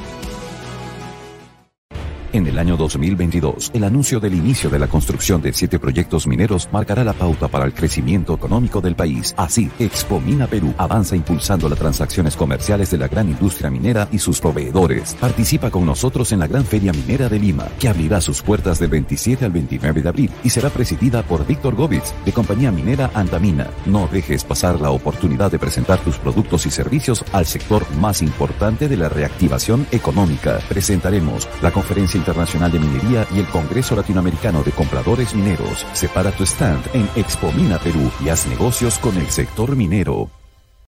En el año 2022, el anuncio del inicio de la construcción de 7 proyectos mineros marcará la pauta para el crecimiento económico del país. Así, Expomina Perú avanza impulsando las transacciones comerciales de la gran industria minera y sus proveedores. Participa con nosotros en la Gran Feria Minera de Lima, que abrirá sus puertas del 27 al 29 de abril y será presidida por Víctor Govitz, de compañía minera Antamina. No dejes pasar la oportunidad de presentar tus productos y servicios al sector más importante de la reactivación económica. Presentaremos la conferencia Internacional de Minería y el Congreso Latinoamericano de Compradores Mineros. Separa tu stand en Expomina Perú y haz negocios con el sector minero.